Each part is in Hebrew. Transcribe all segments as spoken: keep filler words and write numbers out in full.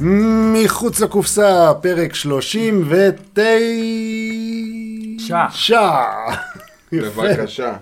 מחוץ לקופסה, פרק שלושים ותשע. בבקשה.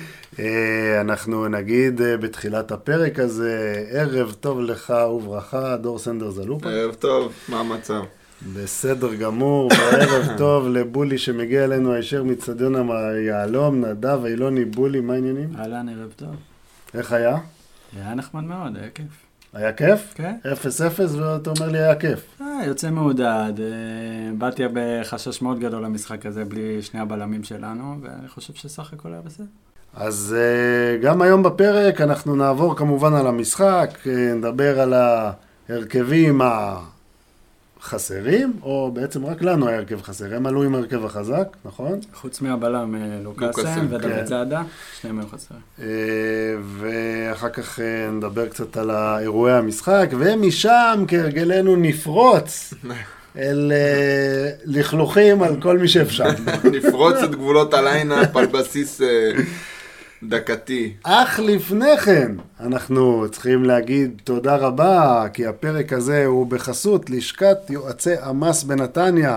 אנחנו נגיד בתחילת הפרק הזה, ערב טוב לך וברכה, דור סנדר זלופה. ערב טוב, מה המצב? בסדר גמור, וערב טוב לבולי שמגיע אלינו הישר מצדיון היעלום, נדב אילוני בולי, מה העניינים? אהלן, ערב טוב. איך היה? היה נחמד מאוד, היה כיף. היה כיף? כן. אפס אפס, ואתה אומר לי היה כיף. אה, יוצא מעודד. באתי בחשש מאוד גדול למשחק הזה, בלי שני הבלמים שלנו, ואני חושב שסך הכל היה בסדר. אז גם היום בפרק אנחנו נעבור כמובן על המשחק, נדבר על ההרכבים החסרים, או בעצם רק לנו ההרכב חסר. הם עלו עם ההרכב החזק, נכון? חוץ מהבלם לוקאסן ודוד זאדה, שניהם היו חסרים. ואחר כך נדבר קצת על אירועי המשחק, ומשם כהרגלנו נפרוץ אל לכלוכים על כל מי שאפשר. נפרוץ את גבולות הליינאפ על בסיס דקתי. אך לפני כן, אנחנו צריכים להגיד תודה רבה, כי הפרק הזה הוא בחסות לשכת יועצי המס בנתניה,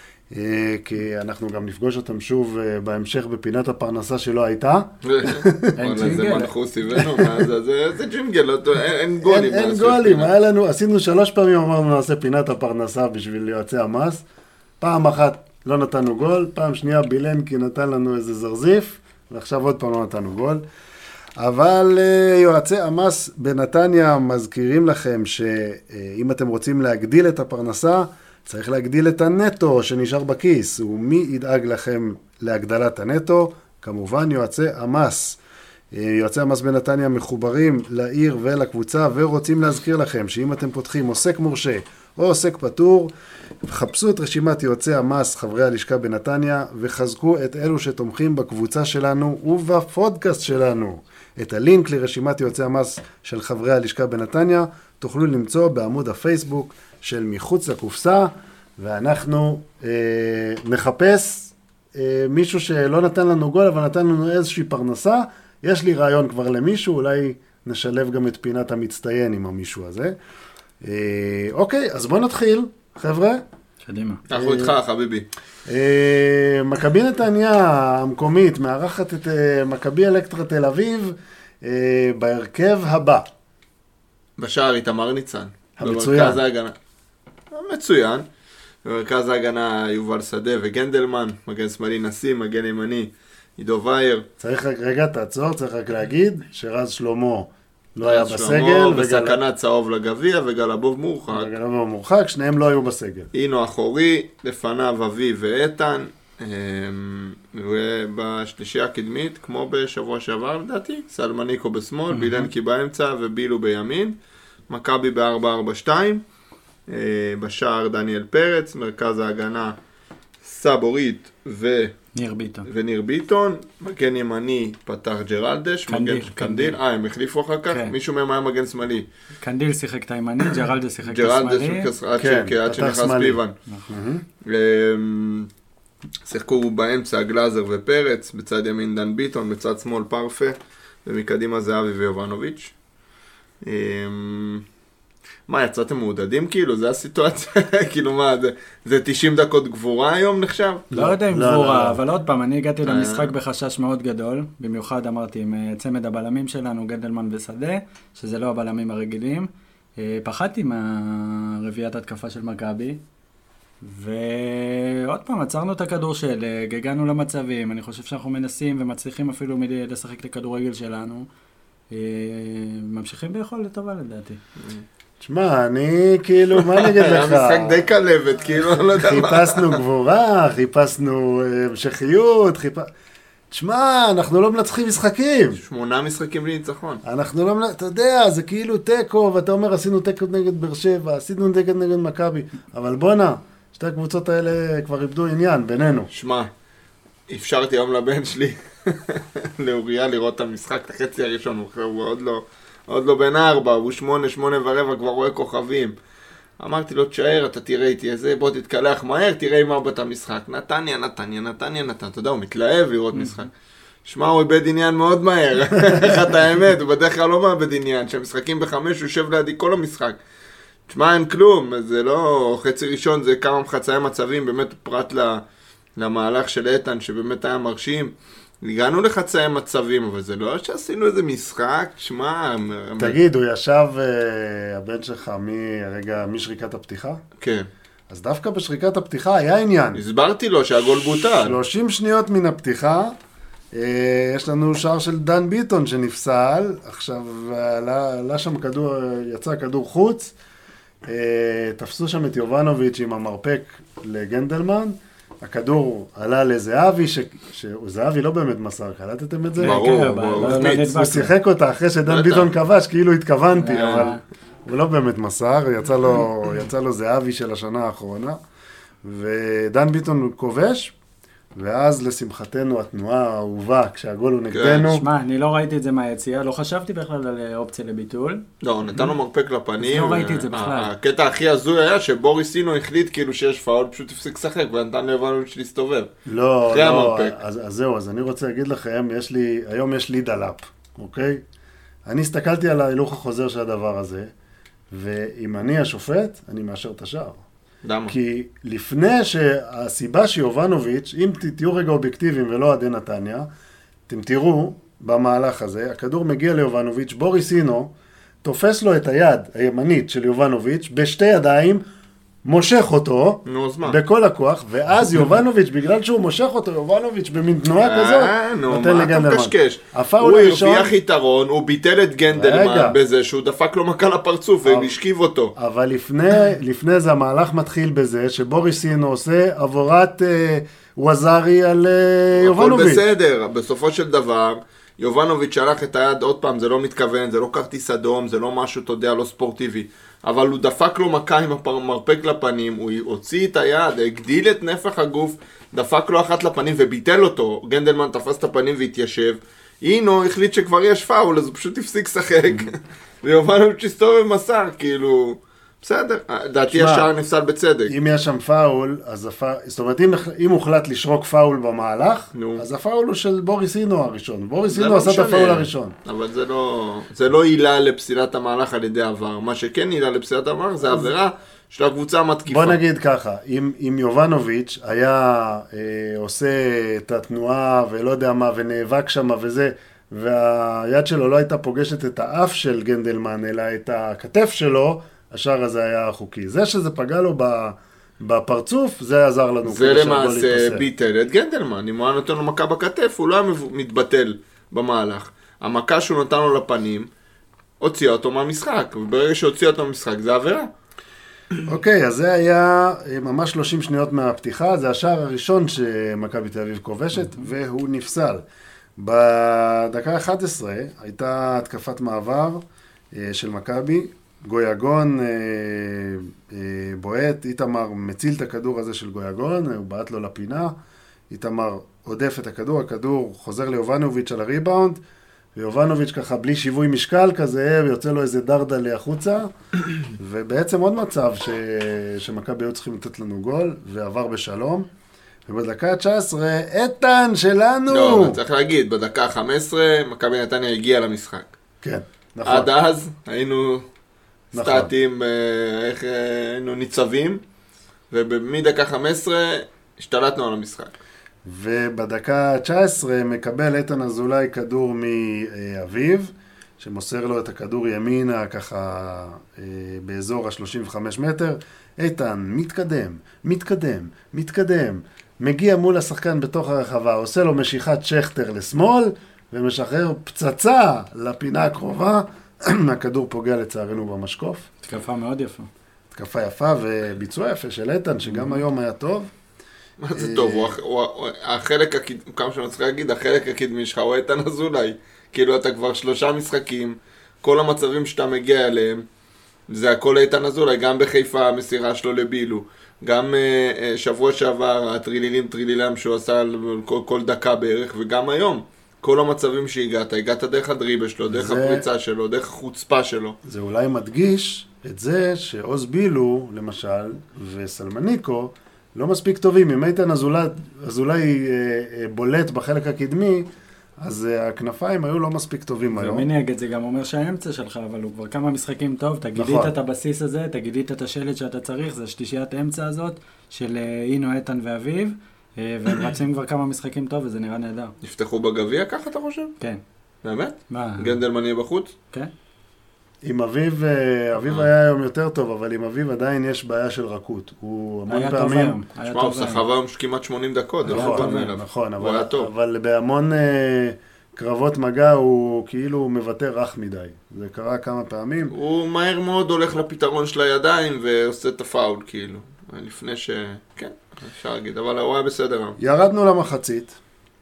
כי אנחנו גם נפגוש אותם שוב בהמשך בפינת הפרנסה שלא הייתה. זה מנחוס הבאנו, זה ג'ינגל, אין גולים. אין גולים, היה לנו, עשינו שלוש פעמים, אמרנו נעשה פינת הפרנסה בשביל יועצי המס. פעם אחת לא נתנו גול, פעם שנייה בילנקי נתן לנו איזה זרזיף, ועכשיו עוד פעם לא נתנו גול. אבל יועצי המס בנתניה מזכירים לכם שאם אתם רוצים להגדיל את הפרנסה, צריך להגדיל את הנטו שנשאר בכיס, ומי ידאג לכם להגדלת הנטו? כמובן יועצי המס. יועצי המס בנתניה מחוברים לעיר ולקבוצה, ורוצים להזכיר לכם שאם אתם פותחים עוסק מורשה או עוסק פטור, חפשו את רשימת יועצי המס חברי הלשכה בנתניה, וחזקו את אלו שתומכים בקבוצה שלנו ובפודקאסט שלנו. את הלינק לרשימת יועצי המס של חברי הלשכה בנתניה תוכלו למצוא בעמוד הפייסבוק של מחוץ לקופסה, ואנחנו אה, נחפש אה, מישהו שלא נתן לנו גול, אבל נתן לנו איזושהי פרנסה. יש לי רעיון כבר למישהו, אולי נשלב גם את פינת המצטיין עם המישהו הזה. אה, אוקיי, אז בואו נתחיל, חבר'ה. קדימה. אנחנו איתך, חביבי. אה, מכבי נתניה המקומית מארחת את אה, מכבי אלקטרה תל אביב אה, בהרכב הבא. בשער איתמר ניצן. המצוין. במרכז ההגנה. מצוין. במרכז ההגנה יובל שדה וגנדלמן, מגן שמאלי נסים, מגן ימני עידו וייר. צריך רק רגע, תעצור, צריך רק להגיד שרז שלמה לא היה בסגל. שלמה בסכנת צהוב לגביע וגלבוב מורחק. גלבוב מורחק, שניהם לא היו בסגל. אינו אחורי, לפניו אבי ואיתן, ובשלישייה הקדמית, כמו בשבוע שעבר לדעתי, סלמניקו בשמאל, בילנקי באמצע ובילו בימין. מכבי ב-ארבע ארבע שתיים, בשער דניאל פרץ, מרכז ההגנה סבורית ו... ניר ביטון. וניר ביטון, מגן ימני פתח ג'רלדש, קנדיל. מגן, קנדיל, אה, הם החליפו אחר כך? כן. מישהו מהם היה מגן שמאלי. קנדיל שיחק את הימני, ג'רלדש שיחק את ג'רלדש, השמאלי. כן, עד פתח שנכנס שמאלי. פיוון. נכון. שיחקו באמצע גלאזר ופרץ, בצד ימין דן ביטון, בצד שמאל פרפה, ומקדימה זהבי ויובנוביץ'. מה, יצאתם מעודדים כאילו? זה הסיטואציה? כאילו מה, זה, זה תשעים דקות גבורה היום נחשב? לא יודע אם לא, לא, גבורה, לא. אבל עוד פעם, אני הגעתי למשחק בחשש מאוד גדול, במיוחד אמרתי עם צמד הבלמים שלנו, גנדלמן ושדה, שזה לא הבלמים הרגילים. פחדתי מהרביעיית התקפה של מכבי, ועוד פעם, עצרנו את הכדור של, הגענו למצבים, אני חושב שאנחנו מנסים ומצליחים אפילו לשחק את הכדורגל שלנו. ממשיכים ביכול לטובה לדעתי. תשמע, אני כאילו, מה נגיד לך? המשחק די קלבת, כאילו, לא יודע מה. חיפשנו גבורה, חיפשנו המשכיות, חיפ... תשמע, אנחנו לא מנצחים משחקים. שמונה משחקים בלי ניצחון. אנחנו לא מנצחים, אתה יודע, זה כאילו טקו, ואתה אומר, עשינו טקו נגד באר שבע, עשינו טקו נגד מכבי, אבל בואנה, שתי הקבוצות האלה כבר איבדו עניין בינינו. שמע, אפשרתי היום לבן שלי, לאוריה, לראות את המשחק, את החצי הראשון, הוא עוד לא... עוד לא בן ארבע, הוא שמונה, שמונה ורבע, כבר רואה כוכבים. אמרתי לו, תשאר, אתה תראה איתי איזה, בוא תתקלח מהר, תראה עם ארבע את המשחק. נתניה, נתניה, נתניה, נתניה. אתה יודע, הוא מתלהב לראות משחק. שמע, הוא איבד עניין מאוד מהר. איך אתה האמת, הוא בדרך כלל לא מאבד עניין. כשמשחקים בחמש, הוא יושב לידי כל המשחק. תשמע, אין כלום, זה לא, חצי ראשון זה כמה חצאי מצבים, באמת פרט למהלך של איתן, שבאמת היה מרשים. הגענו לחצאי מצבים, אבל זה לא שעשינו איזה משחק, תשמע... תגיד, הוא ישב, הבן שלך, מרגע, משריקת הפתיחה? כן. אז דווקא בשריקת הפתיחה היה עניין. הסברתי לו שהגול בוטל. שלושים שניות מן הפתיחה, יש לנו שער של דן ביטון שנפסל, עכשיו עלה שם כדור, יצא כדור חוץ, תפסו שם את יובנוביץ' עם המרפק לגנדלמן, הכדור עלה לזהבי, שזהבי לא באמת מסר, קלטתם את זה? ברור, ברור. הוא שיחק אותה אחרי שדן ביטון כבש, כאילו התכוונתי, אבל הוא לא באמת מסר, יצא לו זהבי של השנה האחרונה, ודן ביטון כובש, ואז לשמחתנו התנועה האהובה, כשהגול הוא נגדנו. שמע, אני לא ראיתי את זה מהיציאה, לא חשבתי בכלל על אופציה לביטול. לא, נתנו מרפק לפנים. לא ראיתי את זה בכלל. הקטע הכי הזוי היה שבוריס אינו החליט כאילו שיש פאול, פשוט הפסיק לשחק, ונתן ליובנוביץ' להסתובב. לא, לא, אז זהו, אז אני רוצה להגיד לכם, יש לי, היום יש לי דלאפ, אוקיי? אני הסתכלתי על ההילוך החוזר של הדבר הזה, ואם אני השופט, אני מאשר את השער. למה? כי לפני שהסיבה שיובנוביץ', אם תהיו רגע אובייקטיביים ולא עדי נתניה, אתם תראו במהלך הזה, הכדור מגיע ליובנוביץ', בוריס אינו תופס לו את היד הימנית של יובנוביץ' בשתי ידיים, מושך אותו בכל הכוח, ואז יובנוביץ', בגלל שהוא מושך אותו, יובנוביץ' במין תנועה כזאת, נותן לגנדלמן. הוא הרוויח יתרון, הוא ביטל את גנדלמן בזה שהוא דפק לו מכה לפרצוף והשכיב אותו. אבל לפני זה המהלך מתחיל בזה שבוריס אינו עושה עבורת ווזרי על יובנוביץ'. הכל בסדר, בסופו של דבר, יובנוביץ' שלח את היד, עוד פעם, זה לא מתכוון, זה לא כרטיס אדום, זה לא משהו, אתה יודע, לא ספורטיבי. אבל הוא דפק לו מכה עם המרפק לפנים, הוא הוציא את היד, הגדיל את נפח הגוף, דפק לו אחת לפנים וביטל אותו. גנדלמן תפס את הפנים והתיישב. אינו החליט שכבר יש פאול, אז הוא פשוט הפסיק לשחק. ויובנוביץ' הסתובב מסר, כאילו... בסדר, דעתי השער נפסל בצדק. אם יש שם פאול, אז הפאול, זאת אומרת, אם, אם הוחלט לשרוק פאול במהלך, נו. אז הפאול הוא של בוריס אינו הראשון. בוריס אינו לא עשה משנה, את הפאול הראשון. אבל זה לא, זה לא עילה לפסילת המהלך על ידי עבר. מה שכן עילה לפסילת המהלך זה עבירה של הקבוצה המתקיפה. בוא נגיד ככה, אם, אם יובנוביץ' היה אה, עושה את התנועה ולא יודע מה, ונאבק שם וזה, והיד שלו לא הייתה פוגשת את האף של גנדלמן, אלא את הכתף שלו, השער הזה היה חוקי. זה שזה פגע לו בפרצוף, זה עזר לנו. זה למעשה ביטל את גנדלמן. אם הוא היה נותן לו מכה בכתף, הוא לא היה מתבטל במהלך. המכה שהוא נתן לו לפנים, הוציאה אותו מהמשחק. וברגע שהוציאה אותו מהמשחק, זה עבירה. אוקיי, אז זה היה ממש שלושים שניות מהפתיחה. זה השער הראשון שמכבי תל אביב כובשת, והוא נפסל. בדקה אחת עשרה הייתה התקפת מעבר של מכבי, גויגון אה, אה, בועט, איתמר מציל את הכדור הזה של גויגון, הוא בעט לו לפינה, איתמר עודף את הכדור, הכדור חוזר ליובנוביץ' על הריבאונד, ויובנוביץ' ככה בלי שיווי משקל כזה, ויוצא לו איזה דרדלה החוצה, ובעצם עוד מצב ש... שמכבי היו צריכים לתת לנו גול, ועבר בשלום, ובדקה תשע עשרה, איתן שלנו! לא, צריך להגיד, בדקה חמש עשרה, מכבי נתניה הגיע למשחק. כן, נכון. עד אז היינו... סטטים, איך היינו ניצבים, ובמדקה חמש עשרה השתלטנו על המשחק. ובדקה תשע עשרה מקבל איתן אזולאי כדור מאביב, שמוסר לו את הכדור ימינה ככה באזור ה-שלושים וחמישה מטר. איתן מתקדם, מתקדם, מתקדם, מגיע מול השחקן בתוך הרחבה, עושה לו משיכת שכטר לשמאל, ומשחרר פצצה לפינה הקרובה, הכדור פוגע לצערנו במשקוף. תקפה מאוד יפה. תקפה יפה וביצוע יפה של איתן, שגם היום היה טוב. מה זה טוב? החלק, כמה שאני צריך להגיד, החלק הקדמי שלך הוא איתן אזולאי. כאילו אתה כבר שלושה משחקים, כל המצבים שאתה מגיע אליהם, זה הכל איתן אזולאי, גם בחיפה המסירה שלו לבילו, גם שבוע שעבר הטרילילים טרילילם שהוא עשה כל דקה בערך, וגם היום. כל המצבים שהגעת, הגעת דרך הדריבה שלו, דרך זה, הפריצה שלו, דרך החוצפה שלו. זה אולי מדגיש את זה שעוז בילו, למשל, וסלמניקו, לא מספיק טובים. אם איתן אזולאי, אזולאי אה, אה, בולט בחלק הקדמי, אז הכנפיים היו לא מספיק טובים היום. ומיני זה גם אומר שהאמצע שלך, אבל הוא כבר כמה משחקים טוב, אתה גידית את הבסיס הזה, אתה גידית את השלט שאתה צריך, זה השלישיית האמצע הזאת, של אינו, איתן ואביב, והם רצים כבר כמה משחקים טוב, וזה נראה נהדר. נפתחו בגביע ככה, אתה חושב? כן. באמת? מה? גנדלמן יהיה בחוץ? כן. עם אביב, אביב היה היום יותר טוב, אבל עם אביב עדיין יש בעיה של רכות. הוא המון פעמים... שמע, הוא שחב היום כמעט שמונים דקות, זה לא פעם אליו. נכון, אבל בהמון קרבות מגע הוא כאילו מוותר רך מדי. זה קרה כמה פעמים. הוא מהר מאוד הולך לפתרון של הידיים ועושה את הפאול, כאילו. לפני ש... כן, אפשר להגיד, אבל הוא היה בסדר. ירדנו למחצית.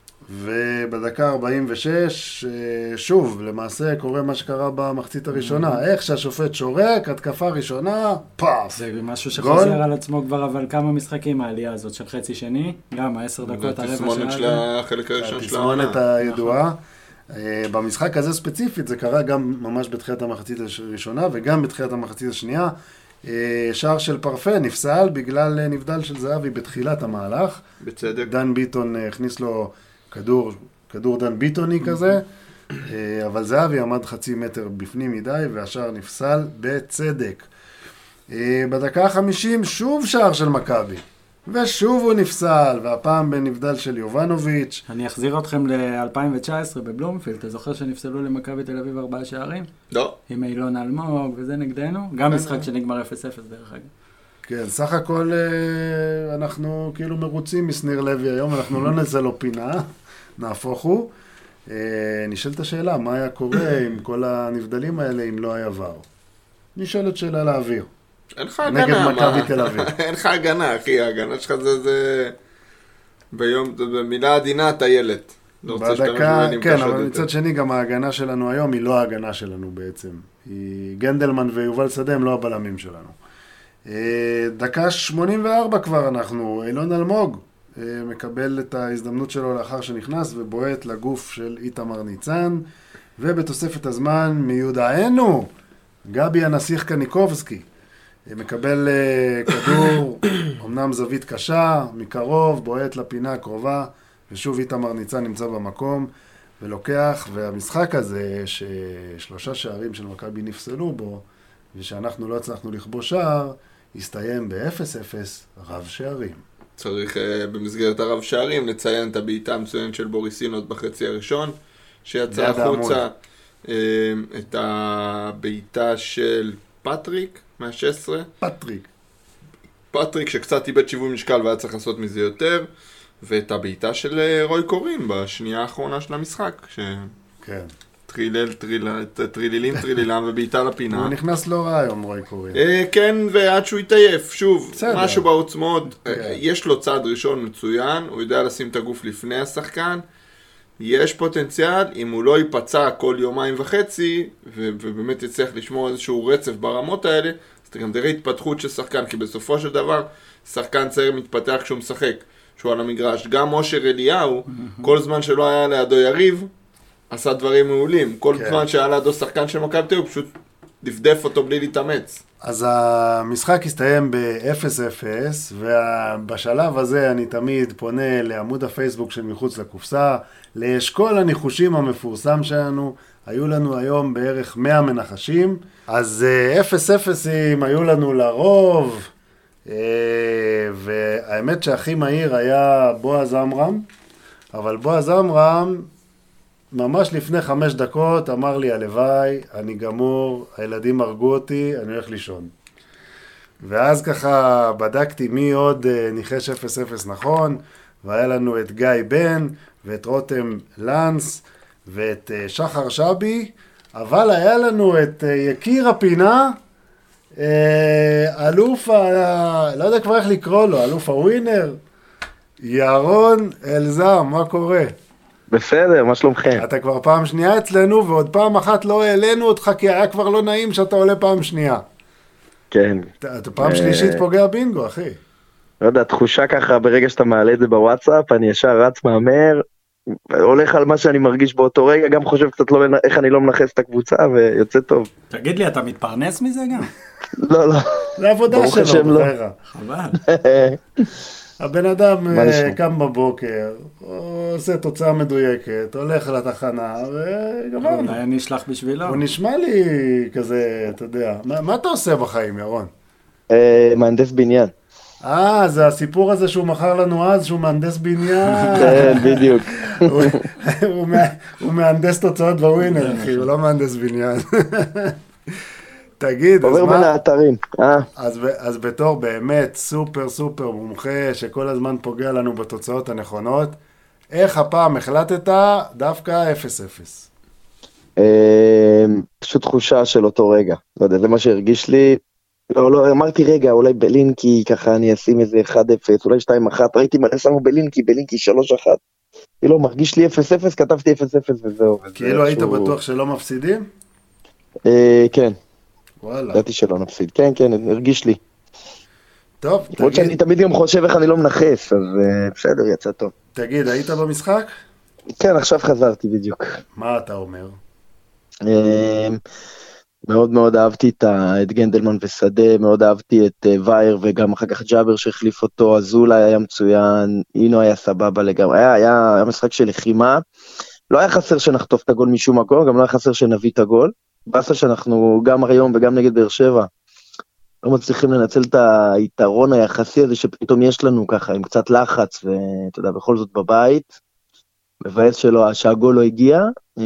ובדקה ארבעים ושש, שוב, למעשה קורה מה שקרה במחצית הראשונה. איך שהשופט שורק, התקפה ראשונה, פאף. זה משהו שחוזר על עצמו כבר, אבל כמה משחקים העלייה הזאת של חצי שני, גם העשר דקות, הרבע שעה. התסמונת של החלק הראשון של העונה. התסמונת הידועה. במשחק הזה ספציפית, זה קרה גם ממש בתחילת המחצית הראשונה, וגם בתחילת המחצית השנייה. שער של פרפה נפסל בגלל נבדל של זהבי בתחילת המהלך. בצדק. דן ביטון הכניס לו... כדור, כדור דן ביטוני כזה, אבל זהבי עמד חצי מטר בפנים מדי, והשער נפסל בצדק. בדקה ה-חמישים שוב שער של מכבי, ושוב הוא נפסל, והפעם בנבדל של יובנוביץ'. אני אחזיר אתכם ל-אלפיים תשע עשרה בבלומפילד, אתה זוכר שנפסלו למכבי תל אביב ארבעה שערים? לא. עם אילון אלמוג, וזה נגדנו? גם משחק שנגמר אפס אפס דרך אגב. כן, סך הכל אנחנו כאילו מרוצים מסניר לוי היום, אנחנו לא נעשה לו פינה, נהפוך הוא. נשאלת השאלה, מה היה קורה עם כל הנבדלים האלה אם לא היה ור? נשאלת שאלה לאוויר. אין לך הגנה. נגד מכבי תל אביב. אין לך הגנה, אחי, ההגנה שלך זה זה... ביום, במילה עדינה אתה ילד. בדקה, כן, אבל מצד שני גם ההגנה שלנו היום היא לא ההגנה שלנו בעצם. היא גנדלמן ויובל שדה הם לא הבלמים שלנו. דקה שמונים וארבע כבר אנחנו, אילון אלמוג מקבל את ההזדמנות שלו לאחר שנכנס ובועט לגוף של איתמר ניצן, ובתוספת הזמן מיודענו גבי הנסיך קניקובסקי מקבל כדור, אמנם זווית קשה, מקרוב, בועט לפינה הקרובה, ושוב איתמר ניצן נמצא במקום ולוקח, והמשחק הזה ששלושה שערים של מכבי נפסלו בו ושאנחנו לא הצלחנו לכבוש שער, הסתיים ב-אפס אפס רב שערים. צריך uh, במסגרת הרב שערים לציין את הבעיטה המצוינת של בוריסינות בחצי הראשון, שיצא החוצה uh, את הבעיטה של פטריק מה-שש עשרה. פטריק. פטריק שקצת איבד שיווי משקל והיה צריך לעשות מזה יותר, ואת הבעיטה של רוי קורין בשנייה האחרונה של המשחק. ש... כן. טרילל, טרילל, טרילילים, טרילילם ובעיטה לפינה. הוא נכנס לא רע היום, רוי קורין. כן, ועד שהוא יתעייף, שוב, משהו בעוצמות, יש לו צעד ראשון מצוין, הוא יודע לשים את הגוף לפני השחקן, יש פוטנציאל, אם הוא לא ייפצע כל יומיים וחצי, ובאמת יצליח לשמור איזשהו רצף ברמות האלה, אז אתה גם תראה התפתחות של שחקן, כי בסופו של דבר, שחקן צעיר מתפתח כשהוא משחק, שהוא על המגרש. גם אושר אליהו, כל זמן שלא היה לידו יריב, עשה דברים מעולים. כל כן. זמן שהיה לידו שחקן של מכבי תל אביב, הוא פשוט דפדף אותו בלי להתאמץ. אז המשחק הסתיים ב-אפס אפס, ובשלב הזה אני תמיד פונה לעמוד הפייסבוק של מחוץ לקופסה, לאשכול הניחושים המפורסם שלנו. היו לנו היום בערך מאה מנחשים, אז אפס אפסים היו לנו לרוב, והאמת שהכי מהיר היה בועז אמרם, אבל בועז אמרם ממש לפני חמש דקות אמר לי, הלוואי, אני גמור, הילדים הרגו אותי, אני הולך לישון. ואז ככה בדקתי מי עוד ניחש אפס אפס נכון, והיה לנו את גיא בן, ואת רותם לנס, ואת שחר שבי, אבל היה לנו את יקיר הפינה, אלוף, ה... לא יודע כבר איך לקרוא לו, אלוף הווינר, ירון אלזם, מה קורה? בסדר, מה שלומכם? אתה כבר פעם שנייה אצלנו, ועוד פעם אחת לא העלינו אותך, כי היה כבר לא נעים שאתה עולה פעם שנייה. כן. אתה, אתה פעם שלישית פוגע בינגו, אחי. לא יודע, תחושה ככה, ברגע שאתה מעלה את זה בוואטסאפ, אני ישר רץ מהמר, הולך על מה שאני מרגיש באותו רגע, גם חושב קצת לא, איך אני לא מנחס את הקבוצה, ויוצא טוב. תגיד לי, אתה מתפרנס מזה גם? לא, לא. זה עבודה שלו, לא. חבל. הבן אדם מה נשמע? קם בבוקר, עושה תוצאה מדויקת, הולך לתחנה, וגמרנו. אולי אני אשלח בשבילו. הוא נשמע לי כזה, אתה יודע, מה, מה אתה עושה בחיים, ירון? אה, מהנדס בניין. אה, זה הסיפור הזה שהוא מכר לנו אז, שהוא מהנדס בניין. כן, בדיוק. הוא, הוא, מה- הוא מהנדס תוצאות בווינר, אחי, הוא לא מהנדס בניין. תגיד, אז עובר בין מה? האתרים. אה, אז, ב- אז בתור באמת סופר סופר מומחה שכל הזמן פוגע לנו בתוצאות הנכונות, איך הפעם החלטת דווקא אפס אפס? אה, פשוט תחושה של אותו רגע. לא יודע, זה מה שהרגיש לי. לא, לא, אמרתי רגע, אולי בלינקי, ככה אני אשים איזה אחד אפס, אולי שתיים אחת, ראיתי מלא שמו בלינקי, בלינקי שלוש אחת. כאילו, מרגיש לי אפס אפס, כתבתי אפס אפס וזהו. כאילו היית איכשהו- בטוח שלא מפסידים? אה, כן, וואלה. ידעתי שלא נפסיד. כן, כן, הרגיש לי. טוב, למרות שאני תגיד, תמיד גם חושב איך אני לא מנחס, אז אה, בסדר, יצא טוב. תגיד, היית במשחק? כן, עכשיו חזרתי בדיוק. מה אתה אומר? אה, מאוד מאוד אהבתי את ה- את גנדלמן ושדה, מאוד אהבתי את אה, וייר וגם אחר כך ג'אבר שהחליף אותו, אזולאי היה מצוין, אינו היה סבבה לגמרי, היה, היה, היה משחק של לחימה, לא היה חסר שנחטוף את הגול משום מקום, גם לא היה חסר שנביא את הגול, באסה שאנחנו גם היום וגם נגד באר שבע, לא מצליחים לנצל את היתרון היחסי הזה שפתאום יש לנו ככה, עם קצת לחץ, ואתה יודע, בכל זאת בבית, מבאס שלו שהגול לא הגיע,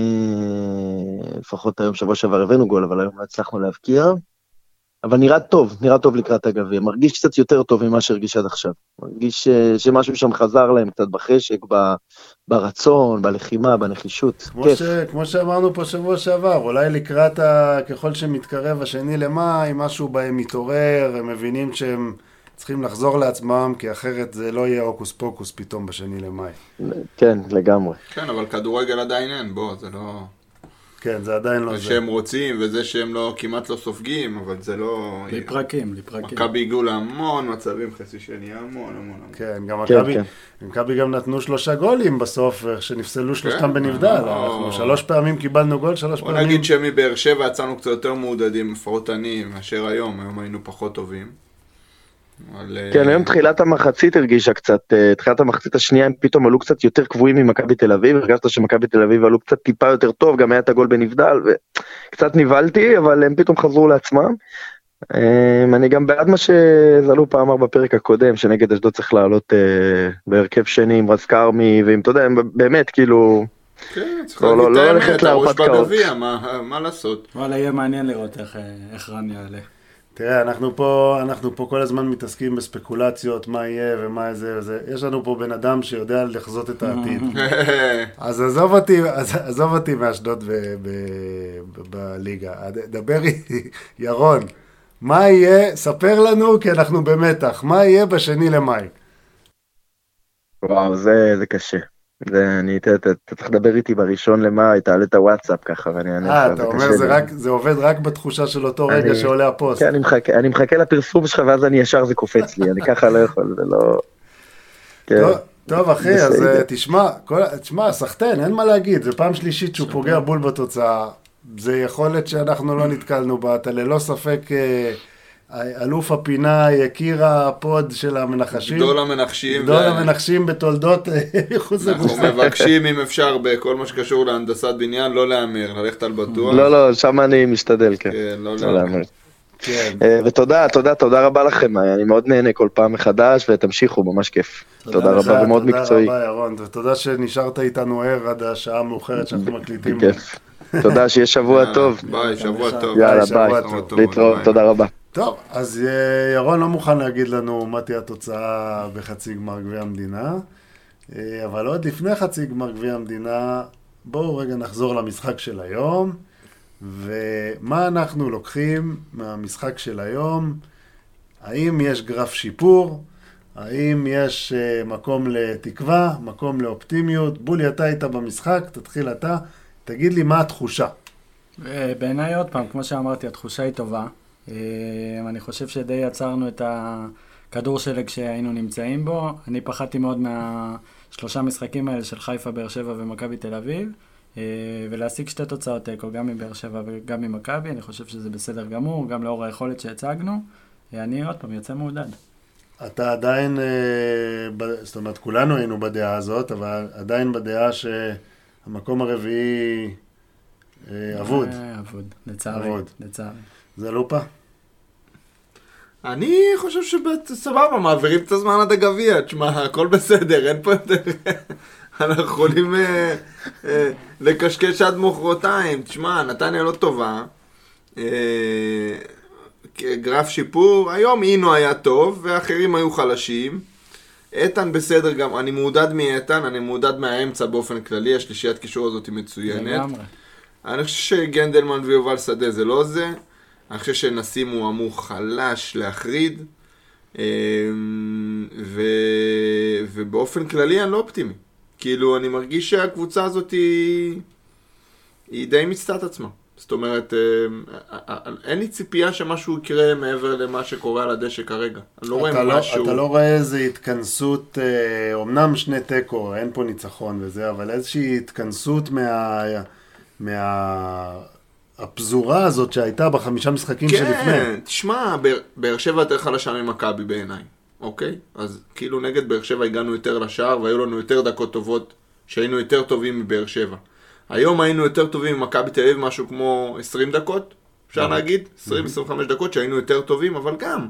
אה, לפחות היום שבוע שעבר הבאנו גול, אבל היום לא הצלחנו להבקיע, אבל נראה טוב, נראה טוב לקראת הגביע, מרגיש קצת יותר טוב ממה שהרגיש עד עכשיו, מרגיש ש- שמשהו שם חזר להם קצת בחשק, ב- ברצון, בלחימה, בנחישות, כמו, כיף. ש, כמו שאמרנו פה שבוע שעבר, אולי לקראת, ה, ככל שמתקרב השני למאי, משהו בהם מתעורר, הם מבינים שהם צריכים לחזור לעצמם, כי אחרת זה לא יהיה הוקוס פוקוס פתאום בשני למאי. כן, לגמרי. כן, אבל כדורגל עדיין אין, בוא, זה לא... כן, זה עדיין לא זה זה. שהם רוצים, וזה שהם לא, כמעט לא סופגים, אבל זה לא... לפרקים, לפרקים. מכבי הגיעו להמון מצבים, חצי שני, המון, המון, המון. כן, גם כן, מכבי, כן. מכבי גם נתנו שלושה גולים בסוף, שנפסלו שלושתם כן, בנבדל. לא. אנחנו שלוש פעמים קיבלנו גול, שלוש בוא פעמים. נגיד שמבאר שבע יצאנו קצת יותר מעודדים, לפחות אני, מאשר היום, היום היינו פחות טובים. אבל, כן, אה, היום תחילת המחצית הרגישה קצת, אה, תחילת המחצית השנייה הם פתאום עלו קצת יותר קבועים ממכבי תל אביב, הרגשת שמכבי תל אביב עלו קצת טיפה יותר טוב, גם היה את הגול בנבדל, וקצת נבלתי, אבל הם פתאום חזרו לעצמם. אה, אני גם בעד מה שזלו פעם בפרק הקודם, שנגד אשדוד צריך לעלות אה, בהרכב שני עם רז כרמי, ואם אתה יודע, הם באמת כאילו, כן, צריך לא, להגיד לא, את לא האמת, ללכת הראש להרפתקאות. בגביע, מה מה לעשות? וואלה, יהיה מעניין לראות איך, איך רן יעלה. תראה, אנחנו פה, אנחנו פה כל הזמן מתעסקים בספקולציות, מה יהיה ומה זה וזה. יש לנו פה בן אדם שיודע לחזות את העתיד. אז עזוב אותי, אז, עזוב אותי מאשדוד ב- ב- ב- בליגה. דבר איתי, ירון, מה יהיה, ספר לנו, כי אנחנו במתח, מה יהיה בשני למאי? וואו, זה, זה קשה. זה, אני, אתה, אתה, אתה צריך לדבר איתי בראשון למאי, תעלה את הוואטסאפ ככה, ואני אענה אה, לך, אתה זה אומר, קשה זה, לי. רק, זה עובד רק בתחושה של אותו רגע אני- שעולה הפוסט. כן, אני מחכה, אני מחכה לפרסום שלך, ואז אני ישר זה קופץ לי, אני ככה לא יכול, זה לא... כן. טוב, טוב אחי, אז בסדר. אה, תשמע, כל- תשמע, סחטן, אין מה להגיד, זה פעם שלישית שהוא פוגע בול בתוצאה, זה יכולת שאנחנו לא נתקלנו בה, אתה ללא ספק אה, אלוף הפינה, יקיר הפוד של המנחשים, גדול המנחשים. גדול ו- המנחשים בתולדות אה, מחוץ אנחנו לקופסה. מבקשים, אם אפשר, בכל מה שקשור להנדסת בניין, לא להמר, ללכת על בטוח. לא, לא, שם אני משתדל, כן. כן, לא לא להמר. להמר. כן, אה, ותודה, תודה, תודה רבה לכם, אני מאוד נהנה כל פעם מחדש, ותמשיכו, ממש כיף. תודה לך, רבה ומאוד מקצועי. תודה רבה ירון, ותודה שנשארת איתנו ער עד השעה המאוחרת שאנחנו מקליטים. כיף. תודה, שיהיה שבוע יאללה, טוב. ביי, שבוע טוב. יאללה, שבוע ביי. טוב. טוב, להתראות, ביי. תודה רבה. טוב, אז אה, ירון לא מוכן להגיד לנו מה תהיה התוצאה בחצי גמר גביע המדינה, אה, אבל עוד לפני חצי גמר גביע המדינה, בואו רגע נחזור למשחק של היום, ומה אנחנו לוקחים מהמשחק של היום, האם יש גרף שיפור, האם יש אה, מקום לתקווה, מקום לאופטימיות. בולי, אתה היית במשחק, תתחיל אתה, תגיד לי מה התחושה. אה, בעיניי עוד פעם, כמו שאמרתי, התחושה היא טובה. אה, אני חושב שדי יצרנו את הכדור שלג שהיינו נמצאים בו. אני פחדתי מאוד מהשלושה משחקים האלה של חיפה, באר שבע ומכבי תל אביב, אה, ולהשיג שתי תוצאות תיקו, גם מבאר שבע וגם ממכבי. אני חושב שזה בסדר גמור, גם לאור היכולת שהצגנו. אה, אני עוד פעם יוצא מעודד. אתה עדיין, זאת אומרת, כולנו היינו בדעה הזאת, אבל עדיין בדעה שהמקום הרביעי אבוד. אבוד, לצערי, לצערי. זה לופה? אני חושב שסבבה, מעבירים את הזמן עד הגביע, תשמע, הכל בסדר, אין פה יותר... אנחנו יכולים לקשקש עד מוחרתיים, תשמע, נתניה לא טובה, גרף שיפור, היום אינו היה טוב, ואחרים היו חלשים, איתן בסדר גם, אני מעודד מאיתן, אני מעודד מהאמצע באופן כללי, השלישיית קישור הזאת היא מצוינת. אני חושב שגנדלמן ויובל שדה זה לא זה, אני חושב שנסים הוא אמור חלש להחריד, ו... ובאופן כללי אני לא אופטימי. כאילו, אני מרגיש שהקבוצה הזאת היא, היא די מצטעת עצמה. זאת אומרת, אין לי ציפייה שמשהו יקרה מעבר למה שקורה על הדשא כרגע. אני לא רואה לא, משהו... אתה לא רואה איזו התכנסות, אומנם שני טקו, אין פה ניצחון וזה, אבל איזושהי התכנסות מה... מה... הפזורה הזאת שהייתה בחמישה משחקים כן, שלפני. כן, תשמע, באר שבע יותר חלשה ממכבי בעיניי, אוקיי? אז כאילו נגד באר שבע הגענו יותר לשער והיו לנו יותר דקות טובות שהיינו יותר טובים מבאר שבע. היום היינו יותר טובים ממכבי תל אביב משהו כמו עשרים דקות, אפשר להגיד, עשרים עד עשרים וחמש דקות שהיינו יותר טובים, אבל גם